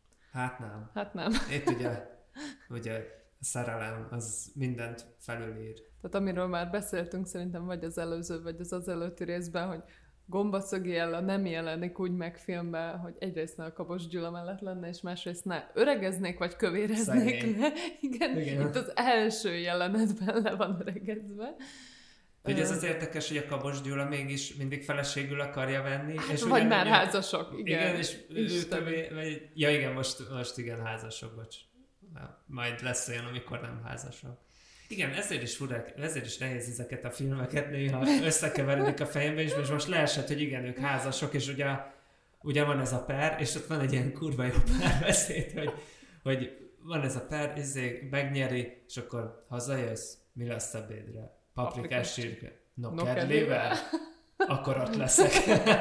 Hát nem. Hát nem. Itt ugye, ugye a szerelem az mindent felülír. Tehát amiről már beszéltünk szerintem vagy az előző, vagy az az előtti részben, hogy Gombaszögi Ella nem jelenik úgy meg filmben, hogy egyrészt ne a Kabos Gyula mellett lenne, és másrészt ne öregeznék, vagy kövéreznék Szegény. le. Igen, Igen. itt az első jelenetben le van öregezve. Ugye ez Ö, az érdekes, hogy a Kabos Gyula mégis mindig feleségül akarja venni. hát és vagy ugyanúgy- már házasok, igen. Igen, és ő Isten. többé, vagy, ja igen, most, most igen, házasok, bocs. Na, majd lesz olyan, amikor nem házasok. Igen, ezért is furák, ezért is nehéz ezeket a filmeket néha összekeveredik a fejembe, és most leesett, hogy igen, ők házasok, és ugye, ugye van ez a per, és ott van egy ilyen kurva jó párbeszéd, hogy, hogy van ez a per, izé, megnyeri, és akkor hazajössz, mi lesz ebédre? Paprikás csirke. No, No kedvével? Akkor ott leszek.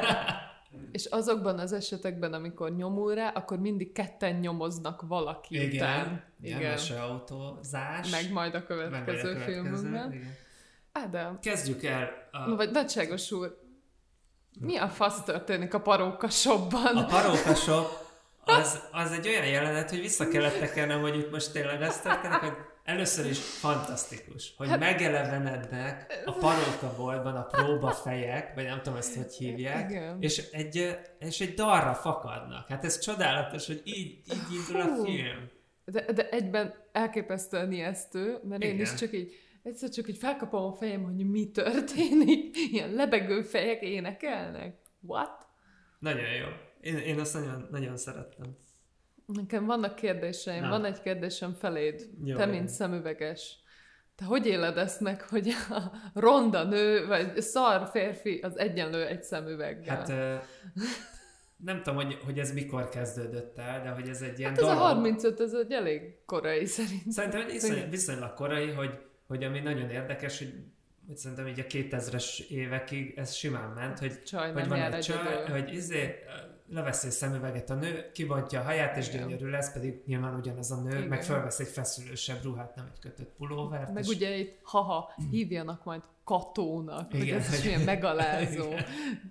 És azokban az esetekben, amikor nyomul rá, akkor mindig ketten nyomoznak valaki Igen, után. igen, meseautózás. Meg majd a Meg majd a következő következő, filmünkben. igen. Ádám, Kezdjük el a, no, vagy nagyságos úr, mi a fasz történik a Paróka shopban? a Paróka Shop, az, az egy olyan jelenet, hogy vissza kellett tekernem, hogy itt most tényleg ez történik, hogy először is fantasztikus, hogy hát, megelevenednek a Paróka boltban a próbafejek, vagy nem tudom ezt, hogy hívják, Igen. és egy, és egy dalra fakadnak. Hát ez csodálatos, hogy így, így indul a Hú. film. De, de egyben elképesztően ijesztő, mert én Igen. is csak így, egyszer csak így felkapom a fejem, hogy mi történik. Ilyen lebegő fejek énekelnek. What? Nagyon jó. Én, én azt nagyon, nagyon szerettem. Nekem vannak kérdéseim, Na. van egy kérdésem feléd. Jó. Te, mint szemüveges. Te hogy éled ezt meg, hogy a ronda nő, vagy szar férfi az egyenlő egy szemüveggel? Hát ö, nem tudom, hogy, hogy ez mikor kezdődött el, de hogy ez egy ilyen Hát ez a dolog. harmincöt, ez egy elég korai szerint. Szerintem viszony, viszonylag korai, hogy, hogy ami nagyon érdekes, hogy, hogy szerintem így a kétezres évekig ez simán ment, hogy, Csaj hogy nem van jár egy csaj, egyedül. hogy izé, leveszi a szemüveget a nő, kibontja a haját, és Igen. gyönyörű lesz, pedig nyilván ugyanaz a nő, Igen. meg felvesz egy feszülősebb ruhát, nem egy kötött pulóvert. Meg és... ugye itt, haha, hívjanak majd Katónak, hogy Igen, ez is hogy- milyen megalázó. Igen. De,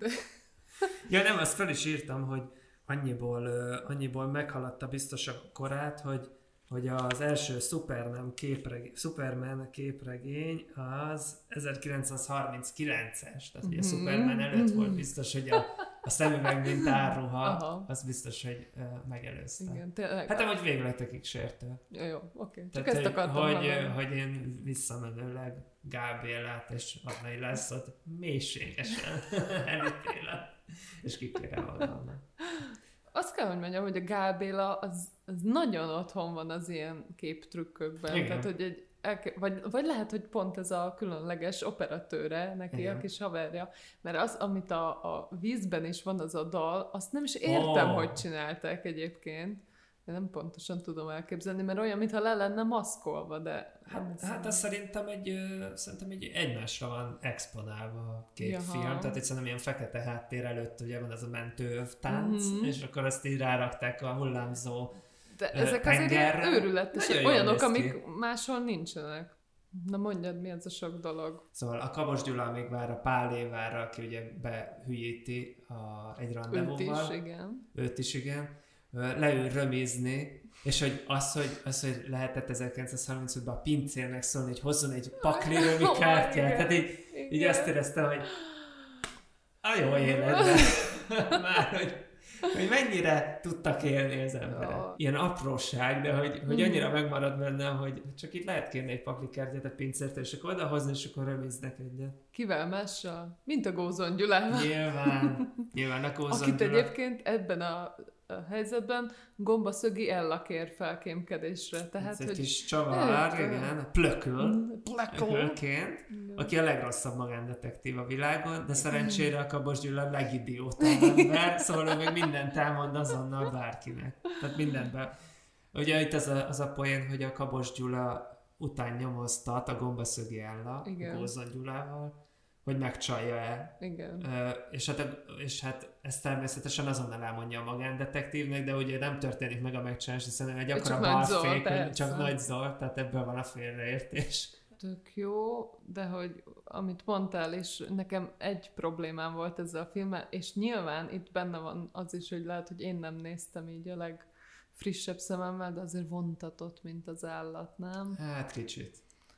Ja nem, azt fel is írtam, hogy annyiból, uh, annyiból meghaladta biztos a korát, hogy, hogy az első Superman, képregény, Superman képregény az ezerkilencszázharminckilences, tehát ugye a Mhm. Superman előtt volt biztos, hogy a, a szemüveg mint árruha, Aha. az biztos, hogy uh, megelőzte. igen, tényleg. Hát amúgy végletekig sértő. Jó, jó, oké. Csak Tehát, ezt akartam hogy, hallani. hogy, hogy én visszamenőleg Gábélát és Adnai Lászlót mélységesen elítélem, és kikérem magamnak. Azt kell, hogy mondjam, hogy a Gábéla az, az nagyon otthon van az ilyen képtrükkökben. Igen. Tehát, hogy egy elke- vagy, vagy lehet, hogy pont ez a különleges operatőre neki, Igen. a kis haverja, mert az, amit a, a vízben is van az a dal, azt nem is értem, Oh. hogy csinálták egyébként. Én nem pontosan tudom elképzelni, mert olyan, mintha le lenne maszkolva, de... Hát, hát az szerintem egy, ö, szerintem egy egymásra van exponálva a két Jaha. film, tehát egyszerűen ilyen fekete háttér előtt ugye van ez a mentőöv tánc, Mhm. és akkor azt így rárakták a hullámzó. De Ö, ezek azért ilyen tengerre. őrületesek, Nagyon jól olyanok, néz ki. amik máshol nincsenek. Na mondjad, mi ez a sok dolog? Szóval a Kabos Gyula még vár a Pál Évára, aki ugye behülyíti a, egy Őt randevúval. is, igen. Őt is, igen. Ö, leül römizni, és hogy az, hogy, az, hogy lehetett ezerkilencszázharmincötben a pincérnek szólni, hogy hozzon egy pakli römikártyát. Igen. Tehát így, így azt éreztem, hogy a jó életben. Már, hogy, hogy mennyire tudtak élni az emberek. Ja. Ilyen apróság, de hogy, hogy Mhm. annyira megmarad bennem, hogy csak itt lehet kérni egy pakli kártyát a pincértől, és akkor odahozni, és akkor römiznek egyet. Kivel mással? Mint a Gózon Gyulával. Nyilván, nyilván a Gózon Akit Gyula. egyébként ebben a, a helyzetben Gombaszögi Ella kér felkémkedésre. Tehát, Ez egy hogy... kis csavar, Értem. igen, plököl, Plakó. plökként, aki a legrosszabb magándetektív a világon, de szerencsére a Kabos Gyula a legidiótább ember, szóval ő még mindent elmond azonnal bárkinek. Tehát mindenben. Ugye itt az a, az a poén, hogy a Kabos Gyula után nyomoztat a Gombaszögi Ella, Igen. a Gózon Gyulával, hogy megcsalja-e. Igen. Ö, és, hát, a- és hát ezt természetesen azonnal elmondja a magándetektívnek, de ugye nem történik meg a megcsalás, hiszen ő egy Csak akkora Nagy Zol, balfék, hogy persze. csak Nagy Zol, tehát ebből van a félreértés. Tök jó, de hogy amit mondtál, és nekem egy problémám volt ezzel a filmmel, és nyilván itt benne van az is, hogy lehet, hogy én nem néztem így a legfrissebb szememmel, de azért vontatott, mint az állat, nem? Hát kicsit.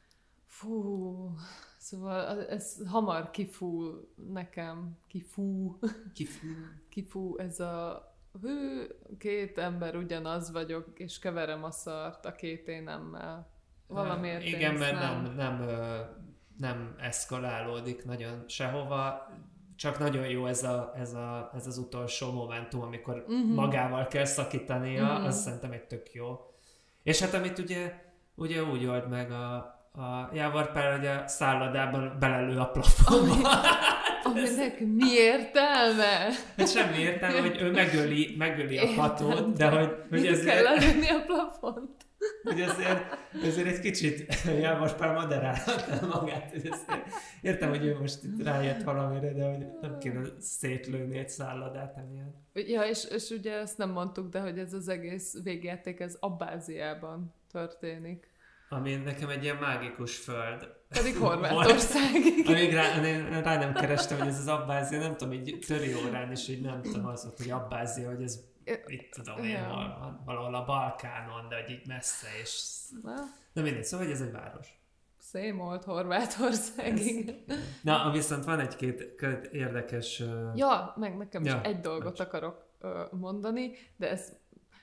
Fú, szóval ez hamar kifúl nekem, kifú, Kifú. kifú, ez a hű, két ember ugyanaz vagyok, és keverem a szart a két énemmel. Valamiért én Igen, ezt mert nem, nem, ö, nem eszkalálódik nagyon sehova, csak nagyon jó ez, a, ez, a, ez az utolsó momentum, amikor Mhm. magával kell szakítania, Mhm. az szerintem egy tök jó. És hát amit ugye, ugye úgy old meg a, a Jávor Pál, hogy a szállodában belelő a plafonba. Aminek mi értelme? Hát semmi értelme, hogy ő megöli, megöli a hatót, de hogy, hogy Mit kell ezért, lelőni a plafont? hogy ezért, ezért egy kicsit Jávor Pál moderálhatná magát. Hogy ezért, értem, hogy ő most itt rájött valamire, de hogy nem kéne szétlőni egy szállodát emiatt. Ja, és, és ugye ezt nem mondtuk, de hogy ez az egész végjáték, ez Abbáziában történik. Ami nekem egy ilyen mágikus föld. Pedig Horvátország. Amíg rá, én rá nem kerestem, hogy ez az Abbázia, nem tudom, egy töri órán is, hogy nem tudom, az volt, hogy Abbázia, hogy ez itt tudom én, Ja. hol van, valahol a Balkánon, de hogy így messze, és Na, na mindegy, szóval hogy ez egy város. same old Horvátország, igen. Na, viszont van egy-két két érdekes... Uh, Ja, meg nekem is Ja, egy dolgot bocs. akarok ö, mondani, de ez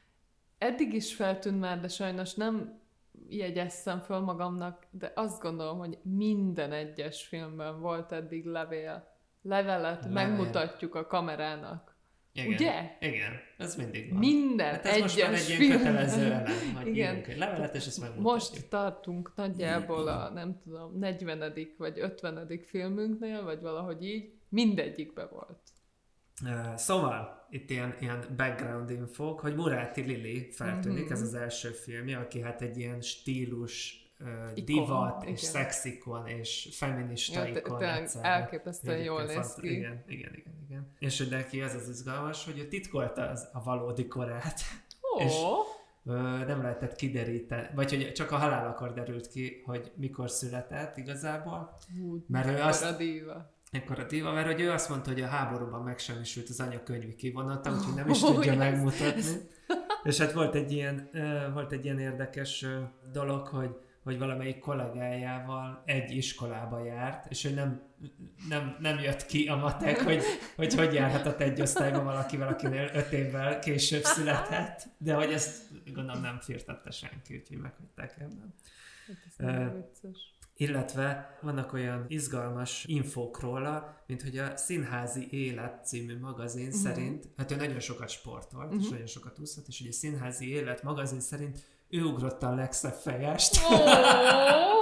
eddig is feltűnt már, de sajnos nem jegyeztem föl magamnak, de azt gondolom, hogy minden egyes filmben volt eddig levél. Levelet Levél. megmutatjuk a kamerának. igen, Ugye? Igen, ez mindig van. Minden Hát ez egyes most már egy ilyen filmben. kötelező elem, hogy Igen. írunk egy levelet, és ezt megmutatjuk. Most tartunk nagyjából a, nem tudom, negyvenedik vagy ötvenedik filmünknél, vagy valahogy így. Mindegyikben volt. Uh, szóval, itt ilyen, ilyen background infók, hogy Muráti Lili feltűnik, Mhm. ez az első filmje, aki hát egy ilyen stílus, uh, Ikon, divat, igen. és szexikon, és feminista Ja, te- ikon. tényleg egyszerre. elképesztően jól Egyébként néz fant- ki. Igen, igen, igen, igen. És hogy neki az az izgalmas, hogy ő titkolta az, a valódi korát. Ó, És- Ö, nem lehetett kideríteni, vagy hogy csak a halálakor derült ki, hogy mikor született igazából. hú, Mert ő mekkora azt- díva. Ekkor a diva, mert hogy ő azt mondta, hogy a háborúban megsemmisült az anyakönyvi kivonata, úgyhogy nem is Ó, tudja ez- megmutatni. És hát volt egy ilyen, ö, volt egy ilyen érdekes ö, dolog, hogy, hogy valamelyik kollégájával egy iskolába járt, és hogy nem, nem, nem jött ki a matek, hogy, hogy hogy járhatott egy osztályban valakivel, akinél öt évvel később született, de hogy ezt gondolom nem firtatta senki, úgyhogy meghagyták ebben. Hát ez nagyon Ö, vicces. Illetve vannak olyan izgalmas infók róla, mint hogy a Színházi Élet című magazin Mhm. szerint, hát ő nagyon sokat sportolt, és Mhm. nagyon sokat úszott, és ugye a Színházi Élet magazin szerint ő ugrotta a legszebb fejest. Ó,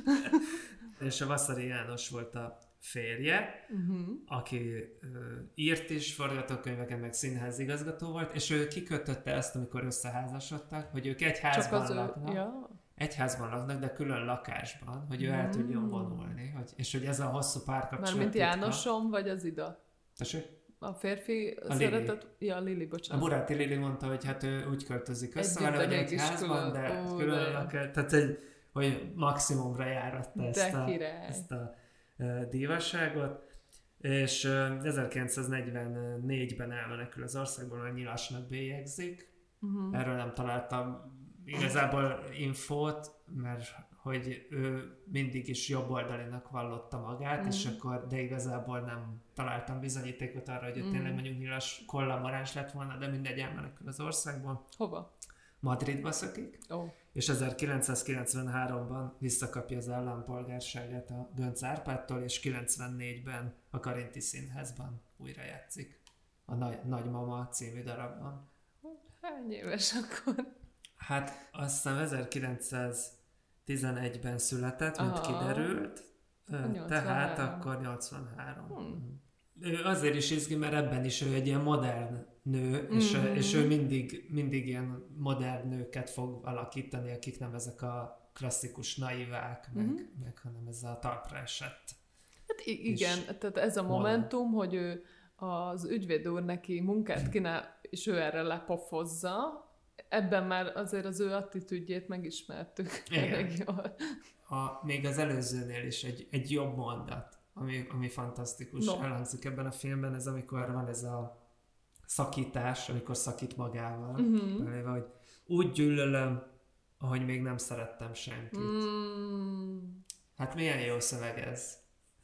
És a Vaszary János volt a férje, uh-huh. aki ö, írt is forgatókönyveket, meg színházigazgató volt, és ő kikötötte ezt, amikor összeházasodtak, hogy ők egy házban laknak. Ja. Egy házban laknak, de külön lakásban, hogy ő el tudjon vonulni, hogy, és hogy ez a hosszú párkapcsolat. Mármint Jánosom, vagy az Ida? Tessék? A férfi a szeretett... Lili. Ja, Lili, bocsánat. A Buráti Lili mondta, hogy hát ő úgy költözik össze, vele, hogy egy házban, külön, de ó, külön de... lakás, tehát egy, hogy maximumra járatta ezt a, ezt a uh, díjasságot. És uh, ezerkilencszáznegyvennégyben elmenekül az országból, mert Nyilasnak bélyegzik. Uh-huh. Erről nem találtam igazából infót, mert hogy ő mindig is jobboldalinak vallotta magát, mm. és akkor, de igazából nem találtam bizonyítékot arra, hogy ő mm. tényleg mondjuk Nyilas kollaboráns lett volna, de mindegy, elmenekül az országból. Hova? Madridba szökik, oh. és ezerkilencszázkilencvenháromban visszakapja az állampolgárságát a Göncz Árpádtól, és kilencvennégyben a Karinti Színházban újra játszik. A Nagy, Nagymama című darabban. Hány éves akkor? Hát azt hiszem ezerkilencszáztizenegyben született, mint Aha. kiderült, nyolcvanhárom. Tehát akkor nyolcvanhárom. Hmm. Ő azért is izgi, mert ebben is ő egy ilyen modern nő, mm-hmm. és, és ő mindig, mindig ilyen modern nőket fog alakítani, akik nem ezek a klasszikus naivák, meg, mm-hmm. meg hanem ez a talpra esett. Hát igen, tehát ez a momentum, modern. Hogy ő az ügyvéd úr neki munkát kínál, és ő erre lepofozza, ebben már azért az ő attitűdjét megismertük. Igen. A, még az előzőnél is egy, egy jobb mondat, ami, ami fantasztikus no. elhangzik ebben a filmben, ez amikor van ez a szakítás, amikor szakít magával, uh-huh. beléve, hogy úgy gyűlölöm, ahogy még nem szerettem senkit. Mm. Hát milyen jó szöveg ez.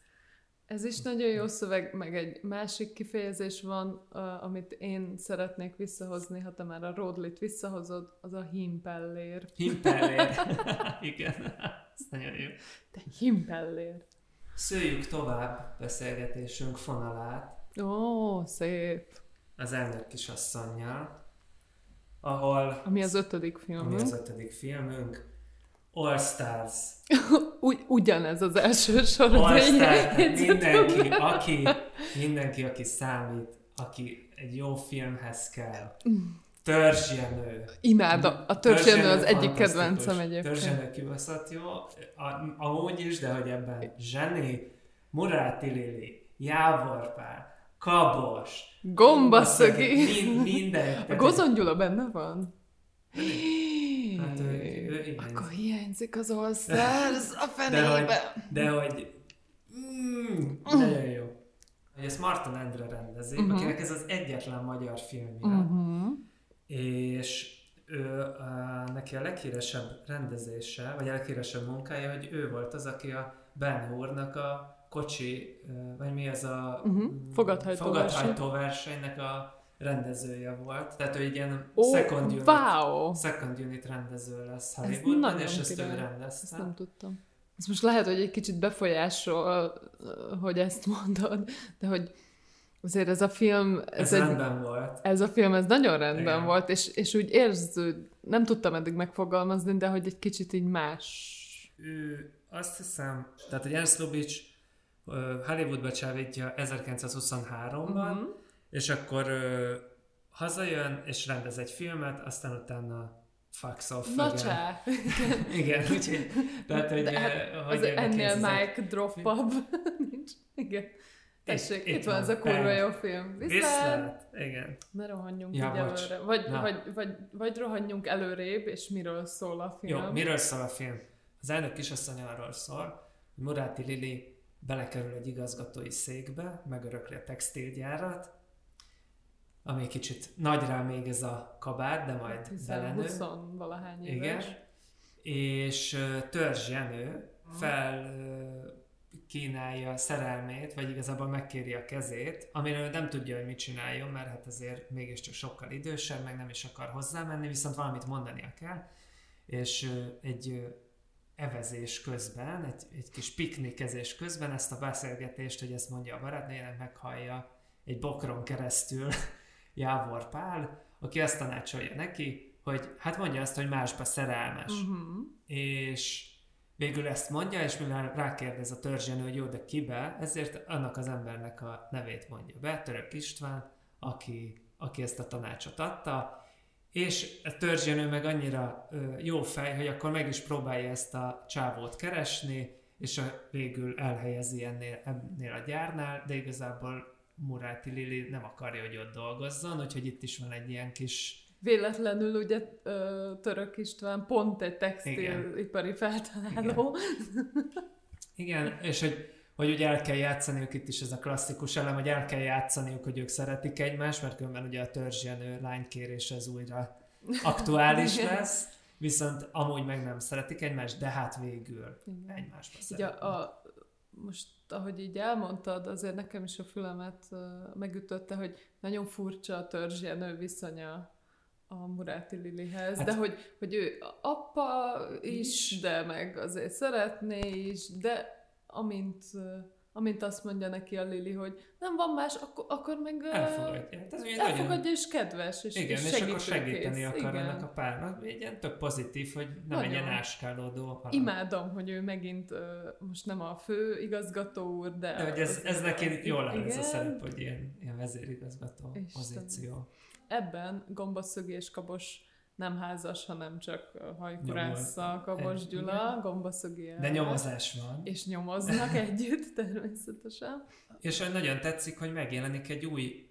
Ez is nagyon jó szöveg, meg egy másik kifejezés van, uh, amit én szeretnék visszahozni, ha te már a Ródlit visszahozod, az a himpellér. Himpellér. Igen, ez nagyon jó. Te himpellér. Szőjük tovább beszélgetésünk fonalát. Ó, szép. Az elnök kisasszonnyal, ahol... Ami az ötödik filmünk. Ami az ötödik filmünk. All Stars. Ugy, ugyanez az első sor. All Stars. Mindenki, aki, mindenki, aki számít, aki egy jó filmhez kell. Törzs Jenő. Imád, a, a Törzs Jenő az egyik kedvencem egyébként. Törzs Jenő kibaszott jó. Amúgy is, de hogy ebben Zseni, Muráti Lili, Jávor Pál, Kabos, Gombaszögi. Mind, minden. A Gozon Gyula benne van? Hát ő, ő hiányzik. Akkor hiányzik az All Stars a fenébe. De hogy, de hogy mm, nagyon jó. Hogy ezt Marton Endre rendezi, uh-huh. akinek ez az egyetlen magyar filmje. Uh-huh. És ő, uh, neki a leghíresebb rendezése, vagy a leghíresebb munkája, hogy ő volt az, aki a Ben Hurnak a kocsi, uh, vagy mi ez a uh-huh. fogadhajtó, fogadhajtó versenynek a rendezője volt. Tehát ő egy ilyen oh, second, unit, wow. second unit rendező lesz Hollywoodban, és ezt ő rendezte. Ezt nem tudtam. Ez most lehet, hogy egy kicsit befolyásol, hogy ezt mondod, de hogy azért ez a film... Ez, ez rendben egy, volt. Ez a film, ez nagyon rendben Igen. volt, és, és úgy érző, nem tudtam eddig megfogalmazni, de hogy egy kicsit így más. Ő azt hiszem, tehát hogy Ernst Lubitsch Hollywoodba csábítja ezerkilencszázhuszonháromban, uh-huh. és akkor uh, hazajön, és rendez egy filmet, aztán utána fucks off. Na csá! Igen, úgyhogy... Tehát, hogy, de hát hogy az ennél mic drop-up nincs. Igen. Tessék, itt, itt van ez a kurva jó film. Viszlát! Viszlát! Igen. Ne rohanjunk ja, így előre. Vagy, vagy, vagy, vagy rohanjunk előrébb, és miről szól a film. Jó, miről szól a film? Az elnök kisasszony arról szól, hogy Muráti Lili belekerül egy igazgatói székbe, megörökli a textilgyárat, ami kicsit nagy rá még ez a kabát, de majd belenő. húsz-valahány éves. Igen. És uh, Törzs Jenő fel uh, kínálja szerelmét, vagy igazából megkéri a kezét, amiről nem tudja, hogy mit csináljon, mert hát azért mégiscsak sokkal idősebb, meg nem is akar hozzámenni, viszont valamit mondania kell. És uh, egy uh, evezés közben, egy, egy kis piknikezés közben ezt a beszélgetést, hogy ezt mondja a barátnőjének, meghallja egy bokron keresztül Jávor Pál, aki azt tanácsolja neki, hogy hát mondja azt, hogy másba szerelmes. Uh-huh. És végül ezt mondja, és mivel rákérdez a törzsjenő, hogy jó, de kibe, ezért annak az embernek a nevét mondja be, Török István, aki, aki ezt a tanácsot adta, és a törzsjenő meg annyira ö, jó fej, hogy akkor meg is próbálja ezt a csávót keresni, és a, végül elhelyezi ennél, ennél a gyárnál, de igazából Muráti Lili nem akarja, hogy ott dolgozzon, úgyhogy itt is van egy ilyen kis... Véletlenül ugye Török István pont egy textilipari feltaláló. Igen, Igen és hogy, hogy ugye el kell játszaniuk, itt is ez a klasszikus elem, hogy el kell játszaniuk, hogy ők szeretik egymást, mert különben ugye a törzsjenő lánykérés ez újra aktuális lesz, viszont amúgy meg nem szeretik egymást, de hát végül Igen. egymásba szeretnek. A, a, most ahogy így elmondtad, azért nekem is a fülemet uh, megütötte, hogy nagyon furcsa a törzsjenő viszonya a Muráti Lilihez, hát, de hogy, hogy ő apa is, de meg azért szeretné is, de amint, amint azt mondja neki a Lili, hogy nem van más, akkor, akkor meg elfogadja. elfogadja nagyon... és kedves, és, igen, és, és akkor segíteni akar igen. ennek a párnak. Egy ilyen tök pozitív, hogy nem nagyon. Egy ilyen áskálódó. Hanem... Imádom, hogy ő megint most nem a fő igazgató úr, de... de hogy ez, ez neki jól áll ez a szerep, hogy ilyen, ilyen vezérigazgató Isten. Pozíció. Ebben Gombaszögi és Kabos nem házas, hanem csak hajkurásza Kabos Gyula, Gombaszögi elve. De nyomozás van. És nyomoznak együtt, természetesen. És nagyon tetszik, hogy megjelenik egy új,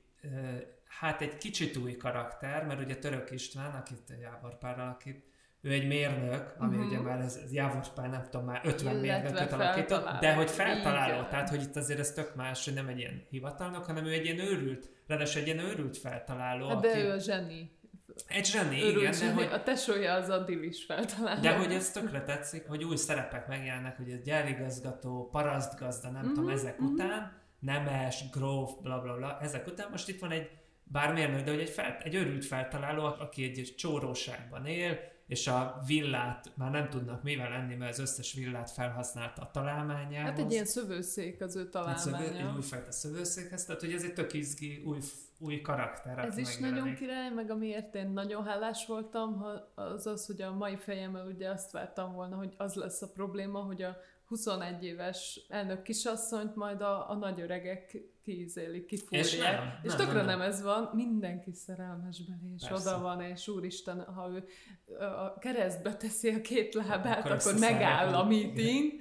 hát egy kicsit új karakter, mert ugye Török István, akit Jávor Pál alakít, ő egy mérnök, ami uh-huh. ugye már ez, ez Jávor Pál, nem tudom, már ötven mérnököt alakított, de hogy feltaláló, igen. Tehát hogy itt azért ez tök más, hogy nem egy ilyen hivatalnok, hanem ő egy ilyen őrült, ráadásul egy ilyen őrült feltaláló. Hát aki... de ő a zseni. Egy zseni, őrült igen. Zseni. De hogy... A tesója az Adilis feltaláló. De hogy ez tökre tetszik, hogy új szerepek megjelennek, hogy ez gyárigazgató, parasztgazda, nem uh-huh. tudom, ezek uh-huh. után, nemes, gróf, bla bla bla, ezek után most itt van egy bármilyen, de hogy egy, fel, egy őrült feltaláló, aki egy csóróságban él, és a villát már nem tudnak mivel lenni, mert az összes villát felhasználta a találmányához. Hát egy ilyen szövőszék az ő találmánya. Egy, szövő, egy újfajta szövőszékhez, tehát hogy ez egy tök izgi, új, új karakter. Ez is nagyon király, meg amiért én nagyon hálás voltam, az az, hogy a mai fejemmel ugye azt vártam volna, hogy az lesz a probléma, hogy a huszonegy éves elnök kisasszonyt majd a, a nagy öregek kiízélik, kifúrják. És, nem, és nem, tökre nem, nem. nem ez van, mindenki szerelmes belé, és persze. Oda van, és úristen, ha ő a keresztbe teszi a két lábát, akkor, akkor megáll a meeting.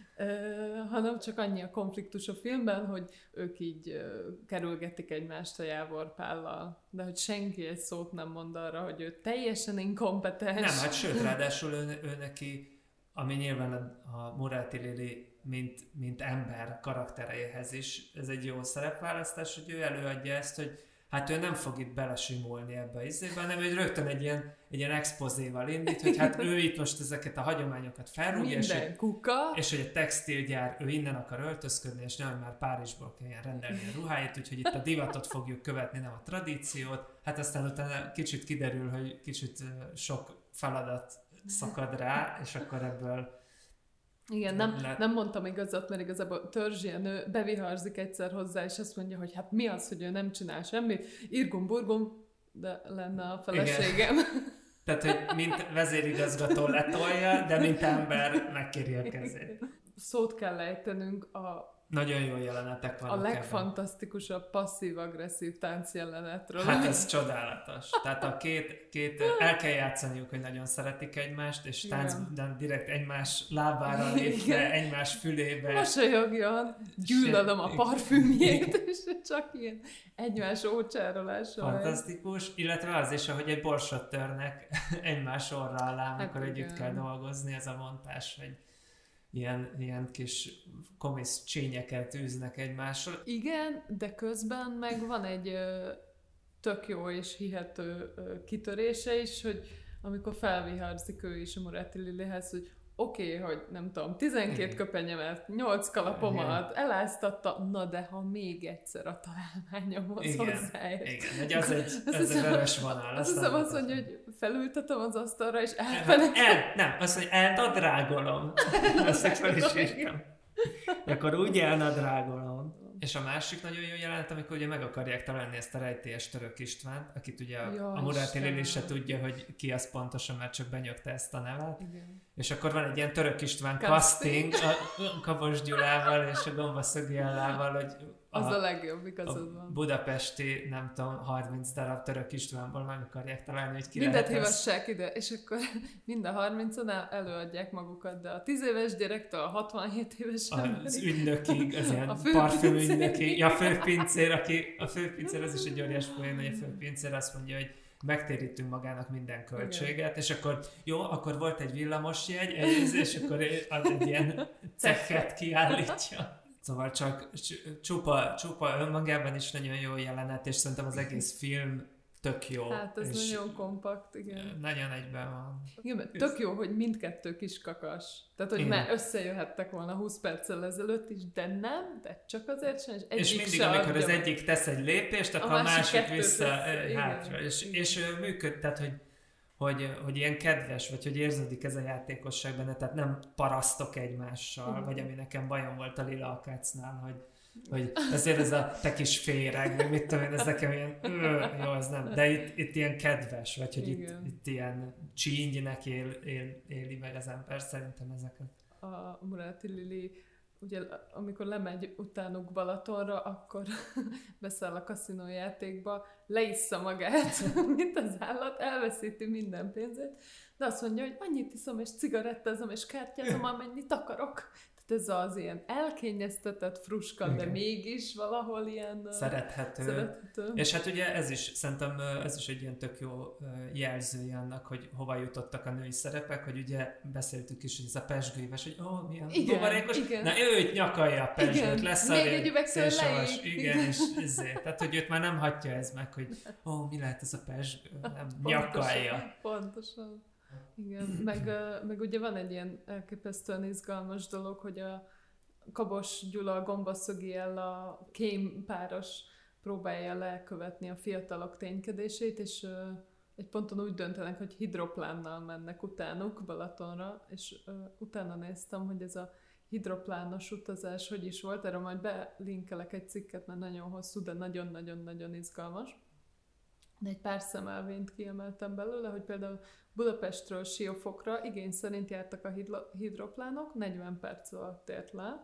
Uh, hanem csak annyi a konfliktus a filmben, hogy ők így uh, kerülgetik egymást a Jávor Pállal, de hogy senki egy szót nem mond arra, hogy ő teljesen inkompetens. Nem, hát sőt, ráadásul ő, ő neki ami nyilván a, a Muráti Lili, mint, mint ember karaktereihez is, ez egy jó szerepválasztás, hogy ő előadja ezt, hogy hát ő nem fog itt belesimulni ebbe a izébe, hanem hogy rögtön egy ilyen, egy ilyen expozéval indít, hogy hát ő itt most ezeket a hagyományokat felrúgja, és, és hogy a textilgyár, ő innen akar öltözködni, és nem, már Párizsból kelljen rendelni a ruháit, úgyhogy itt a divatot fogjuk követni, nem a tradíciót. Hát aztán utána kicsit kiderül, hogy kicsit sok feladat szakad rá, és akkor ebből... Igen, nem, le... nem mondtam igazat, mert igazából Törzsjenő beviharzik egyszer hozzá, és azt mondja, hogy hát mi az, hogy ő nem csinál semmit, irgum-burgum, de lenne a feleségem. Igen. Tehát, hogy mint vezérigazgató letolja, de mint ember megkéri a kezét. Szót kell ejtenünk a nagyon jó jelenetek vannak. A legfantasztikusabb passzív-agresszív táncjelenetről. Hát ez csodálatos. Tehát a két, két el kell játszaniuk, hogy nagyon szeretik egymást, és táncban direkt egymás lábára lépve, egymás fülébe. Mosolyogjon, gyűlölöm a parfümjét, és csak ilyen egymás ócsárolással. Fantasztikus, illetve az is, ahogy egy borsot törnek egymás orra alá, amikor hát együtt kell dolgozni, ez a montás, hogy Ilyen, ilyen kis komisz csényeket űznek egymásra. Igen, de közben meg van egy ö, tök jó és hihető ö, kitörése is, hogy amikor felviharzik ő is a Muráti Lilihez, hogy oké, okay, hogy nem tudom, tizenkét köpenyemet, nyolc kalapomat eláztatta, na de ha még egyszer a találmányomhoz hozzáért. Igen, hogy az egy, ez egy vörös vonal. Azt hiszem azt mondja, hogy felültetem az asztalra, és elfelejtem. El, nem, azt mondja, elnadrágolom. Ezt fel is írtam. Akkor úgy elnadrágolom. És a másik nagyon jó jelenet, amikor ugye meg akarják találni ezt a rejtélyes Török Istvánt, akit ugye Jaj, a Muráti Lili se Istenem. tudja, hogy ki az pontosan, mert csak benyögte ezt a nevet. Igen. És akkor van egy ilyen Török István Casting. casting a Kabos Gyulával és a Gomba Szögi Ellával, hogy Az a, a legjobb, igazad a van. budapesti, nem tudom, harminc darab Török Istvánból meg akarják találni, hogy ki Mindet lehet ez. hívassák ide, és akkor mind a harmincon el- előadják magukat, de a tíz éves gyerektől a hatvanhét éves Az emberig. ügynökig, az ilyen A parfümügynökig. főpincérig. Ja, a főpincér, aki, a főpincér, az is egy óriás poén, hogy a főpincér azt mondja, hogy megtérítünk magának minden költséget, igen. És akkor jó, akkor volt egy villamosjegy, egy, és akkor ad egy ilyen cekket kiállítja. Szóval csak csupa, csupa önmagában is nagyon jó jelenet, és szerintem az egész film tök jó. Hát ez és nagyon kompakt, igen. nagyon egyben van. Igen, mert tök jó, hogy mindkettő kis kakas. Tehát, hogy Igen. már összejöhettek volna húsz perccel ezelőtt is, de nem, de csak azért sem, és egyik És mindig, se amikor adja az meg. egyik tesz egy lépést, akkor A a másik másik kettőt vissza tesz, eh, igen. hátra. És, Igen. és ö, működ, tehát hogy, hogy, hogy ilyen kedves, vagy hogy érződik ez a játékosság benne, tehát nem parasztok egymással, Igen. vagy ami nekem bajom volt a Lila Akácnál, hogy hogy azért ez a te kis féreg, meg mit tudom én, ez nekem ilyen, ö, jó, ez nem, de itt, itt ilyen kedves, vagy hogy itt, Igen. itt ilyen csínynek él, él, éli meg az ember, szerintem ezeket. A Muráti Lili, ugye amikor lemegy utánuk Balatonra, akkor beszáll a kaszinójátékba, leissza magát, mint az állat, elveszíti minden pénzét, de azt mondja, hogy annyit iszom, és cigarettázom, és kártyázom, amennyit akarok. Tehát ez az ilyen elkényeztetett fruska, de Igen. mégis valahol ilyen Szerethető. szerethető. És hát ugye ez is, szerintem ez is egy ilyen tök jó jelzője annak, hogy hova jutottak a női szerepek, hogy ugye beszéltük is, hogy ez a pesgőíves, hogy ó, oh, milyen Igen, buborékos, igen. na ő nyakalja a pesgőt, Igen, lesz még a egy üvegtől szélsavas, leég. igen, és ezért, tehát hogy őt már nem hagyja ez meg, hogy ó, oh, mi lehet ez a pesgő, nem nyakalja. Pontosan. Igen, meg, ö, meg ugye van egy ilyen elképesztően izgalmas dolog, hogy a Kabos Gyula, a Gomba Szögi Ella kém páros próbálja lekövetni a fiatalok ténykedését, és ö, egy ponton úgy döntenek, hogy hidroplánnal mennek utánuk Balatonra, és ö, utána néztem, hogy ez a hidroplános utazás hogy is volt, erre majd belinkelek egy cikket, mert nagyon hosszú, de nagyon-nagyon-nagyon izgalmas. De egy pár szemelvényt kiemeltem belőle, hogy például Budapestről Siófokra igény szerint jártak a hidlo- hidroplánok, negyven perc alatt ért le.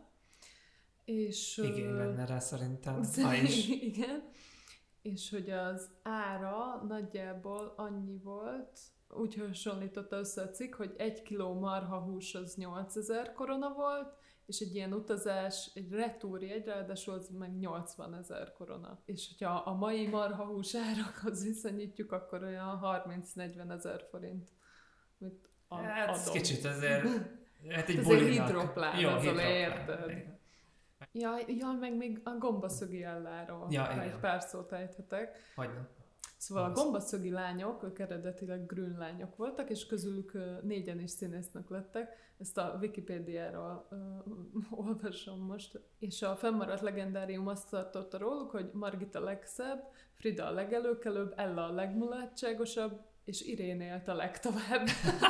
És, Igény ö, lenne rá szerintem, ma is. Igen. És hogy az ára nagyjából annyi volt, úgy hasonlította össze a cikk, hogy egy kiló marhahús az nyolcezer korona volt, és egy ilyen utazás, egy retúrjegy, ráadásul az meg nyolcvanezer korona. És hogyha a mai marhahús árakhoz viszonyítjuk, akkor olyan harminc-negyven ezer forint. Mit a- Hát ez adom. kicsit azért, hát egy Ez egy bulinak. hidroplán, Jó, azzal hidroplán. érted. Jaj, jaj, meg még a gombaszögi Elláról, Ja, ha igen. egy pár szót ejthetek. Hogyne. Szóval a Az. gombaszögi lányok, ők eredetileg grün lányok voltak, és közülük ö, négyen is színésznek lettek. Ezt a Wikipédiáról ö, olvasom most. És a fennmaradt legendárium azt tartotta róluk, hogy Margit a legszebb, Frida a legelőkelőbb, Ella a legmulatságosabb, és Irén élt a legtovább.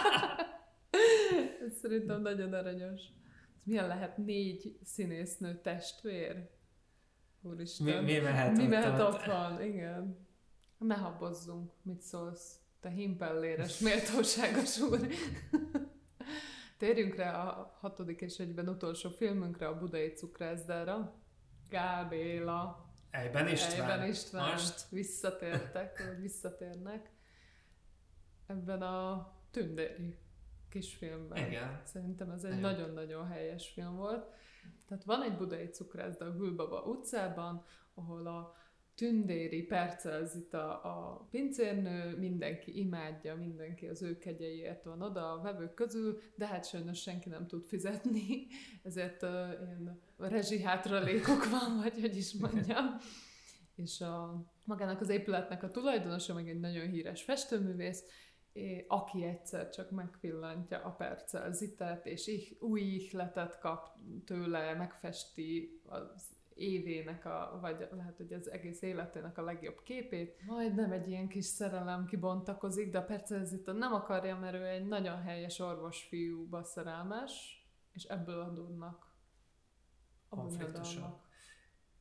Ez szerintem nagyon aranyos. Milyen lehet négy színésznő testvér? Úristen. Mi, mi mehet Mi ott mehet ott? otthon? Igen. Ne habozzunk. Mit szólsz? Te himpelléres, méltóságos úr. Térjünk rá a hatodik és egyben utolsó filmünkre, a Budai Cukrászdára. Gábéla. Ejben István. Ejben István. Most Visszatértek, vagy visszatérnek. Ebben a tündéri kisfilmben. igen. Szerintem ez egy Igen. nagyon-nagyon helyes film volt. Tehát van egy budai cukrászda a Gülbaba utcában, ahol a tündéri Percel Zita a pincérnő, mindenki imádja, mindenki az ő kegyeiért van oda a vevők közül, de hát sajnos senki nem tud fizetni, ezért uh, ilyen rezsihátralékok van, vagy hogy is mondjam. És a, magának az épületnek a tulajdonosa meg egy nagyon híres festőművész, é, aki egyszer csak megpillantja a Percel Zitát, és ich, új ihletet kap tőle, megfesti az évének, a, vagy lehet, hogy az egész életének a legjobb képét. Majdnem egy ilyen kis szerelem kibontakozik, de a Percel Zita nem akarja, mert ő egy nagyon helyes orvosfiúba szerelmes, és ebből adódnak a Konfliktusok. bonyodalmak.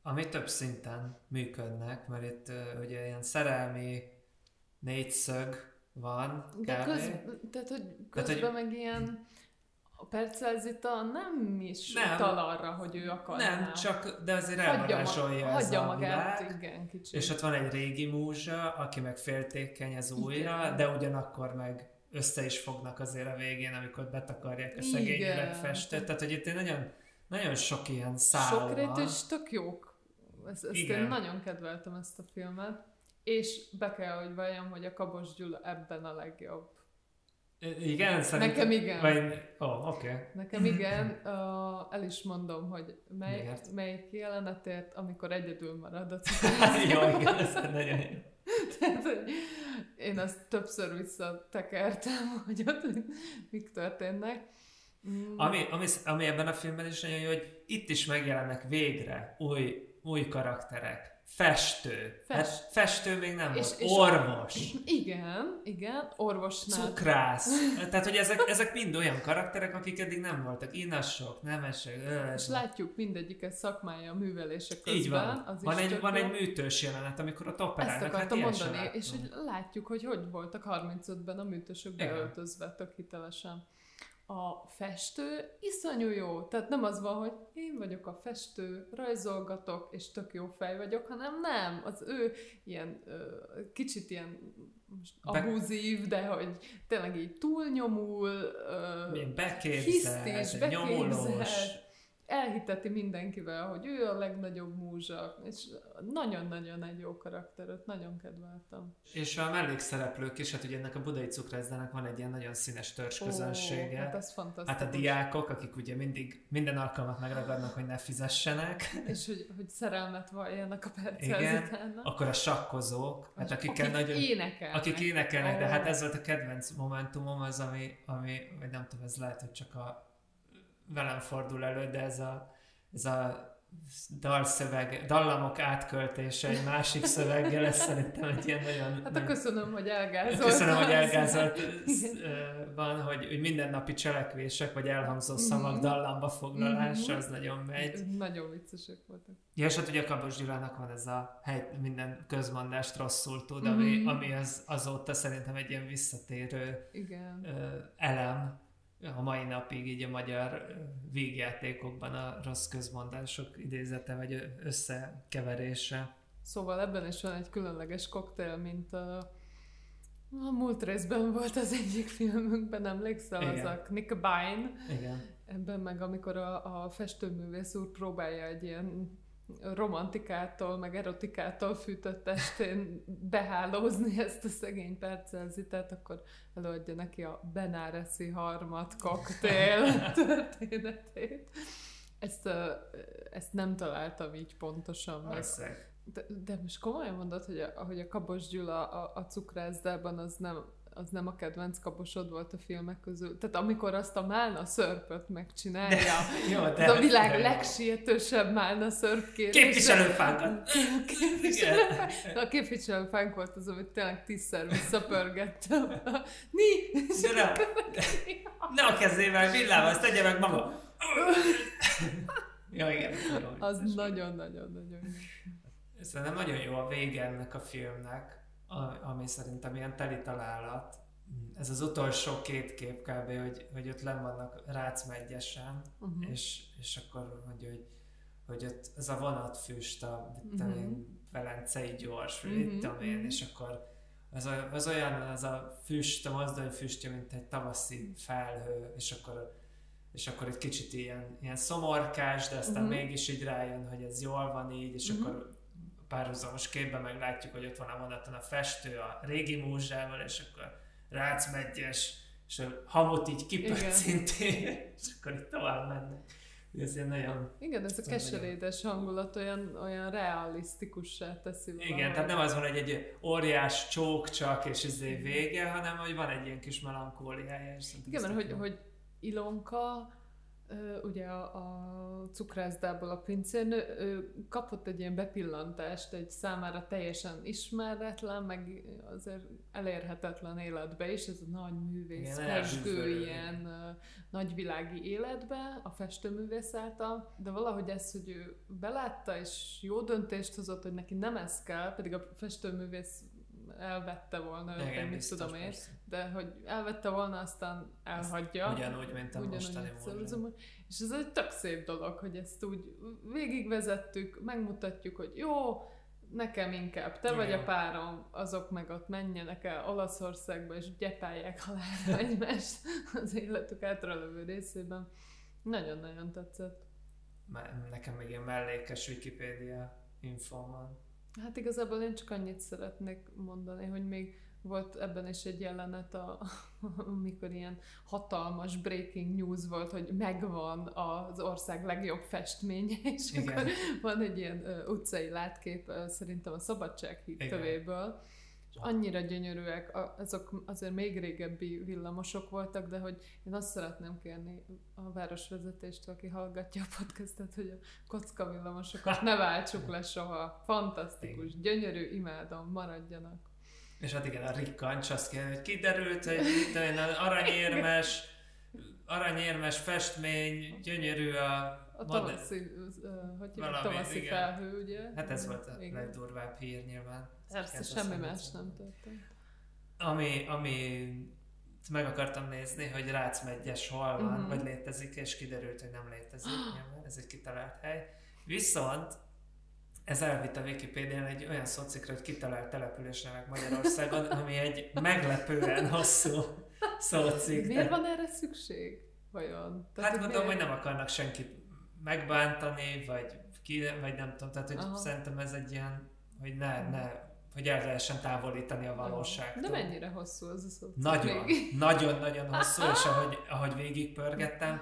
ami több szinten működnek, mert itt uh, ugye ilyen szerelmi négyszög van. De kb. köz, tehát, hogy közben tehát, hogy... meg ilyen a Percelzita nem is nem, utal arra, hogy ő akarná. Nem, csak, de azért hagyja, elvarázsolja mag, ez hagyja a magát, világ. igen, kicsit. És ott van egy régi múzsa, aki meg féltékeny az újra, igen. de ugyanakkor meg össze is fognak azért a végén, amikor betakarják a szegény üvegfestőt. Tehát, hogy itt nagyon, nagyon sok ilyen szál van. Sokrétű és tök jók. Ezt, ezt én nagyon kedveltem ezt a filmet. És be kell, hogy valljam, hogy a Kabos Gyula ebben a legjobb. Igen? Szerintem... Nekem igen. Vagy... Oh, oké. Okay. Nekem igen. Uh, el is mondom, hogy mely, Miért? melyik jelenetért, amikor egyedül marad a cukrász. Jó, igen, ez nagyon jó. Tehát, hogy én azt többször visszatekertem, hogy ott mik történnek. Mm. Ami, ami, ami ebben a filmben is nagyon jó, hogy itt is megjelennek végre új, új karakterek. Festő. Fest. Hát festő még nem és, volt. és Orvos. A, igen, igen, orvosnál. Cukrász. Tehát, hogy ezek, ezek mind olyan karakterek, akik eddig nem voltak. Inasok, nemesek. És látjuk mindegyiket szakmája a művelése közben. Így van. Az van, is egy, van egy jó. műtős jelenet, amikor ott operálnak. Ezt akartam hát mondani, és hogy látjuk, hogy hogy voltak harmincötben a műtősök beöltözve, tök hitelesen. A festő iszonyú jó, tehát nem az van, hogy én vagyok a festő, rajzolgatok, és tök jó fej vagyok, hanem nem, az ő ilyen kicsit ilyen abuzív, de hogy tényleg így túlnyomul, hisztis, beképzelt, elhiteti mindenkivel, hogy ő a legnagyobb múzsa, és nagyon-nagyon egy jó karakter, őt nagyon kedveltem. És a mellékszereplők is, hát ugye ennek a budai cukrászdának van egy ilyen nagyon színes törzsközönsége. Ó, hát ez fantasztikus. Hát a diákok, akik ugye mindig minden alkalmat megragadnak, hogy ne fizessenek. És hogy, hogy szerelmet valljanak a Percelzitának. Akkor a sakkozók, hát akikkel akik nagyon, énekelnek. Akik énekelnek, oh. de hát ez volt a kedvenc momentumom, az, ami, ami, vagy nem tudom, ez lehet, hogy csak a velem fordul elő, de ez a, ez a dalszöveg, dallamok átköltése egy másik szöveggel, ez szerintem egy ilyen nagyon... Hát a köszönöm, hogy elgázolt. Köszönöm, hogy elgázolt van, hogy, hogy mindennapi cselekvések, vagy elhangzó szavak dallamba foglalása, mm-hmm. az nagyon megy. Nagyon viccesek voltak. Ja, és hát ugye a Kabos Gyulának van ez a hely, minden közmondást rosszul tud, ami, mm-hmm. ami az, azóta szerintem egy ilyen visszatérő Igen. elem, a mai napig így a magyar vígjátékokban a rossz közmondások idézete, vagy összekeverése. Szóval ebben is van egy különleges koktél, mint a, a múlt részben volt az egyik filmünkben, emlékszel, igen. az a Knickebein. Igen. Ebben meg, amikor a, a festőművész úr próbálja egy ilyen romantikától, meg erotikától fűtött estén behálózni ezt a szegény Percelzitát, akkor előadja neki a Benáresi harmad koktél történetét. Ezt, ezt nem találtam így pontosan meg. De, de most komolyan mondod, hogy a, hogy a Kabos Gyula a, a cukrászdában az nem, az nem a kedvenc kabosod volt a filmek közül. Tehát amikor azt a málna szörpöt megcsinálja, de, jó, de, az a világ de, legsietősebb málna szörpkérése. Képviselőfánkat! Képviselőfánk. A képviselőfánk volt az, amit tényleg tízszer visszapörgettem. Ni! Ne, ne a kezével, villával, azt tegye meg maga! Jó, igen. Az nagyon-nagyon-nagyon jó. Szerintem nagyon jó a vége ennek a filmnek, ami szerintem ilyen teli találat. Ez az utolsó két kép kb. hogy, hogy ott lenn vannak Rácmegyesen, uh-huh. és, és akkor mondja, hogy, hogy ott ez a vonatfüst, a uh-huh. én, Velencei gyors, uh-huh. itt tudom én, és akkor az, a, az olyan, az a füst, a mozdony füstje, mint egy tavaszi felhő, és akkor és akkor egy kicsit ilyen, ilyen szomorkás, de aztán uh-huh. mégis így rájön, hogy ez jól van így, és uh-huh. akkor párhuzamos képben meglátjuk, hogy ott van a vonaton a festő a régi múzsával, és akkor Rácmegyes, és a hamut így kipöccinti, és akkor itt tovább mennek. Ez ilyen nagyon... Igen, ez a keserédes hangulat olyan, olyan realisztikussá teszi valahogy. Igen, tehát nem az van, hogy egy óriás csók csak, és ez vége, hanem hogy van egy ilyen kis melankóliája. Igen, mert hogy, hogy Ilonka ugye a, a cukrászdából a pincérnő, ő kapott egy ilyen bepillantást egy számára teljesen ismeretlen, meg azért elérhetetlen életbe is, ez a nagy művész, pezsgő ilyen uh, nagyvilági életbe, a festőművész által, de valahogy ez, hogy ő belátta és jó döntést hozott, hogy neki nem ez kell, pedig a festőművész elvette volna, igen, mit biztos, tudom én, persze. de hogy elvette volna, aztán elhagyja. Ezt ugyanúgy, mint a mostani múzsam. És ez egy tök szép dolog, hogy ezt úgy végigvezettük, megmutatjuk, hogy jó, nekem inkább, te igen. vagy a párom, azok meg ott menjenek el Olaszországba, és gyepálják halálra egymást az életük átralövő részében. Nagyon-nagyon tetszett. Nekem még ilyen mellékes Wikipédia info van. Hát igazából én csak annyit szeretnék mondani, hogy még volt ebben is egy jelenet, a, amikor ilyen hatalmas breaking news volt, hogy megvan az ország legjobb festménye, és igen. akkor van egy ilyen uh, utcai látkép, uh, szerintem a Szabadsághíd tövéből, és annyira gyönyörűek, a, azok azért még régebbi villamosok voltak, de hogy én azt szeretném kérni a városvezetést, aki hallgatja a podcastet, hogy a kocka villamosokat ne váltsuk le soha. Fantasztikus, igen. gyönyörű, imádom, maradjanak. És hát igen, a rikkancs azt kéne, hogy kiderült, hogy itt aranyérmes, aranyérmes festmény, gyönyörű a... A tavaszi, uh, hogy valami, tavaszi felhő, ugye? Hát ez volt a igen. legdurvább hír nyilván. Persze, semmi más nem történt. Ami, ami meg akartam nézni, hogy Rácmegyes hol van, uh-huh. vagy létezik, és kiderült, hogy nem létezik. Nyilván, ez egy kitalált hely. Viszont ez elvitt a Wikipédián egy olyan szócikra, hogy kitalált településnevek Magyarországon, ami egy meglepően hosszú szócik. Miért van erre szükség? Vajon? Tehát, hát gondolom, miért? Hogy nem akarnak senkit megbántani, vagy, ki, vagy nem tudom, tehát hogy aha. szerintem ez egy ilyen, hogy ne, ne, hogy el lehessen távolítani a valóságtól. De mennyire hosszú az a szócik? Nagyon, nagyon, nagyon hosszú, és ahogy, ahogy végigpörgettem,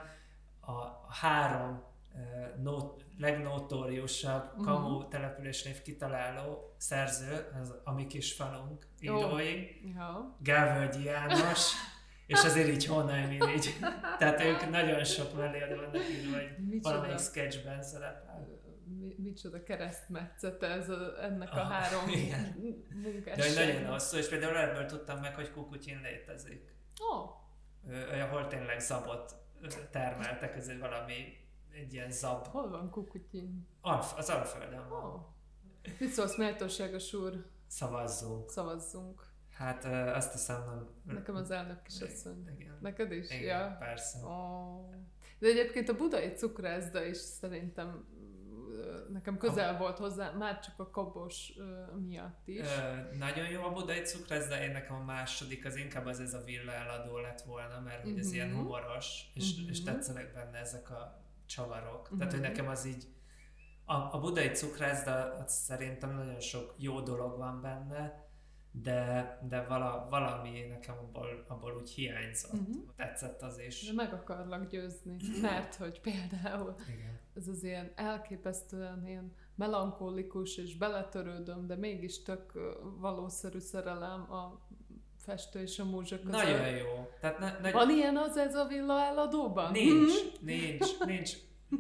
a három uh, not, legnotóriusabb uh-huh. kamu településnév kitaláló szerző, az a mi kis falunk írói, oh. Gálvölgyi János, és azért így Honnan így. Tehát ők nagyon sok mellé oda vannak írva, hogy valamelyik sketchben szerepel. Mi, micsoda keresztmetszete ez a, ennek a ah, három munkásság. De hogy nagyon hosszú, és például ebből tudtam meg, hogy Kukutyin létezik. Oh. Ahol tényleg zabot termeltek, ez valami egy ilyen zab. Hol van Kukutyin? Alf, az Alföldön van. Oh. Mit szólsz, méltóságos úr? Szavazzunk. Szavazzunk. Hát azt hiszem nem... Nekem az elnök kisasszony. Igen. Neked is? Igen, ja. persze. Oh. De egyébként a budai cukrászda is szerintem nekem közel volt hozzá, már csak a Kabos uh, miatt is. Ö, nagyon jó a budai cukrászda, én nekem a második az inkább az ez a villa eladó lett volna, mert uh-huh. ez ilyen humoros, és, uh-huh. és tetszenek benne ezek a csavarok. Uh-huh. Tehát, hogy nekem az így a, a budai cukrászda szerintem nagyon sok jó dolog van benne, de, de vala, valami nekem abból, abból úgy hiányzott. Uh-huh. Tetszett az is. De meg akarlak győzni, mert hogy például igen. ez az ilyen elképesztően ilyen melankolikus és beletörődöm, de mégis tök valószerű szerelem a festő és a múzsa között. Nagyon jó. Tehát ne, ne... Van ilyen az ez a villa eladóban? Nincs, nincs, nincs.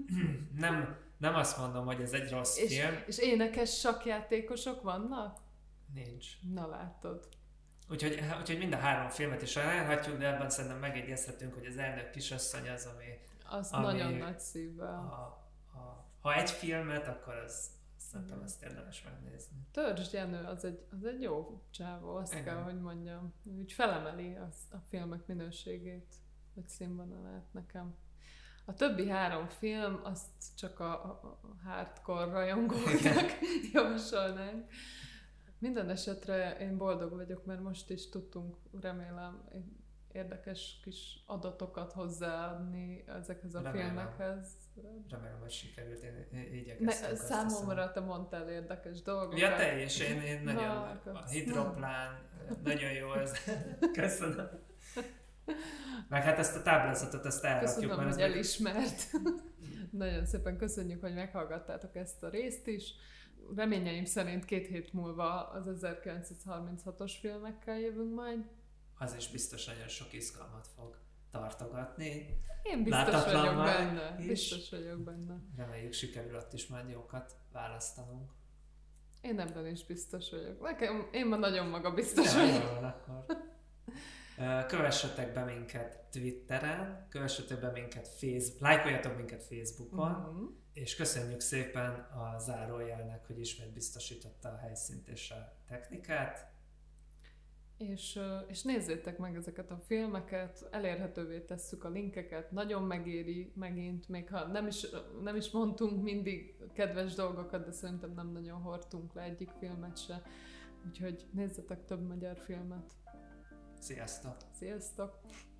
nem, nem azt mondom, hogy ez egy rossz és, film. És énekes sakkjátékosok vannak? Nincs. Na látod. Úgyhogy, úgyhogy mind a három filmet is ajánlhatjuk, de ebben szerintem megegyezhetünk, hogy az elnök kisasszony az, ami... Az ami nagyon nagy szívvel. A, a, ha egy filmet, akkor az, szerintem mm. ezt érdemes megnézni. Törzs Jenő, az egy, az egy jó csávó, azt igen. kell, hogy mondjam. Úgy felemeli az, a filmek minőségét, vagy színvonalát nekem. A többi három film, azt csak a, a, a hardcore rajongóknak javasolnánk. Minden esetre én boldog vagyok, mert most is tudtunk, remélem, érdekes kis adatokat hozzáadni ezekhez a remélem. filmekhez. Remélem, hogy sikerült, én igyekeztem. Számomra te mondtál érdekes dolgokat. Ja, te is, én, én nagyon, Na, a hidroplán, nagyon jó ez. Köszönöm. Meg hát ezt a táblázatot, ezt elrakjuk. Köszönöm, mert hogy elismert. Nagyon szépen köszönjük, hogy meghallgattátok ezt a részt is. Reményeim szerint két hét múlva az ezerkilencszázharminchatos filmekkel jövünk majd. Az is biztos nagyon sok izgalmat fog tartogatni. Én biztos Láthatatlan vagyok már benne. is. Biztos vagyok benne. Reméljük sikerül ott is majd jókat választanunk. Én ebben is biztos vagyok. Nekem, én ma nagyon magabiztos Ja, vagyok. jól van, akkor. Ö, Kövessetek be minket Twitteren, kövessetek be minket Facebook, lájkoljatok minket Facebookon, Mhm. és köszönjük szépen a zárójelnek, hogy ismét biztosította a helyszínt és a technikát. És, ö, és nézzétek meg ezeket a filmeket, elérhetővé tesszük a linkeket, nagyon megéri megint, még ha nem is, nem is mondtunk mindig kedves dolgokat, de szerintem nem nagyon hordtunk le egyik filmet se. Úgyhogy nézzetek több magyar filmet. Sziasztok! Sziasztok!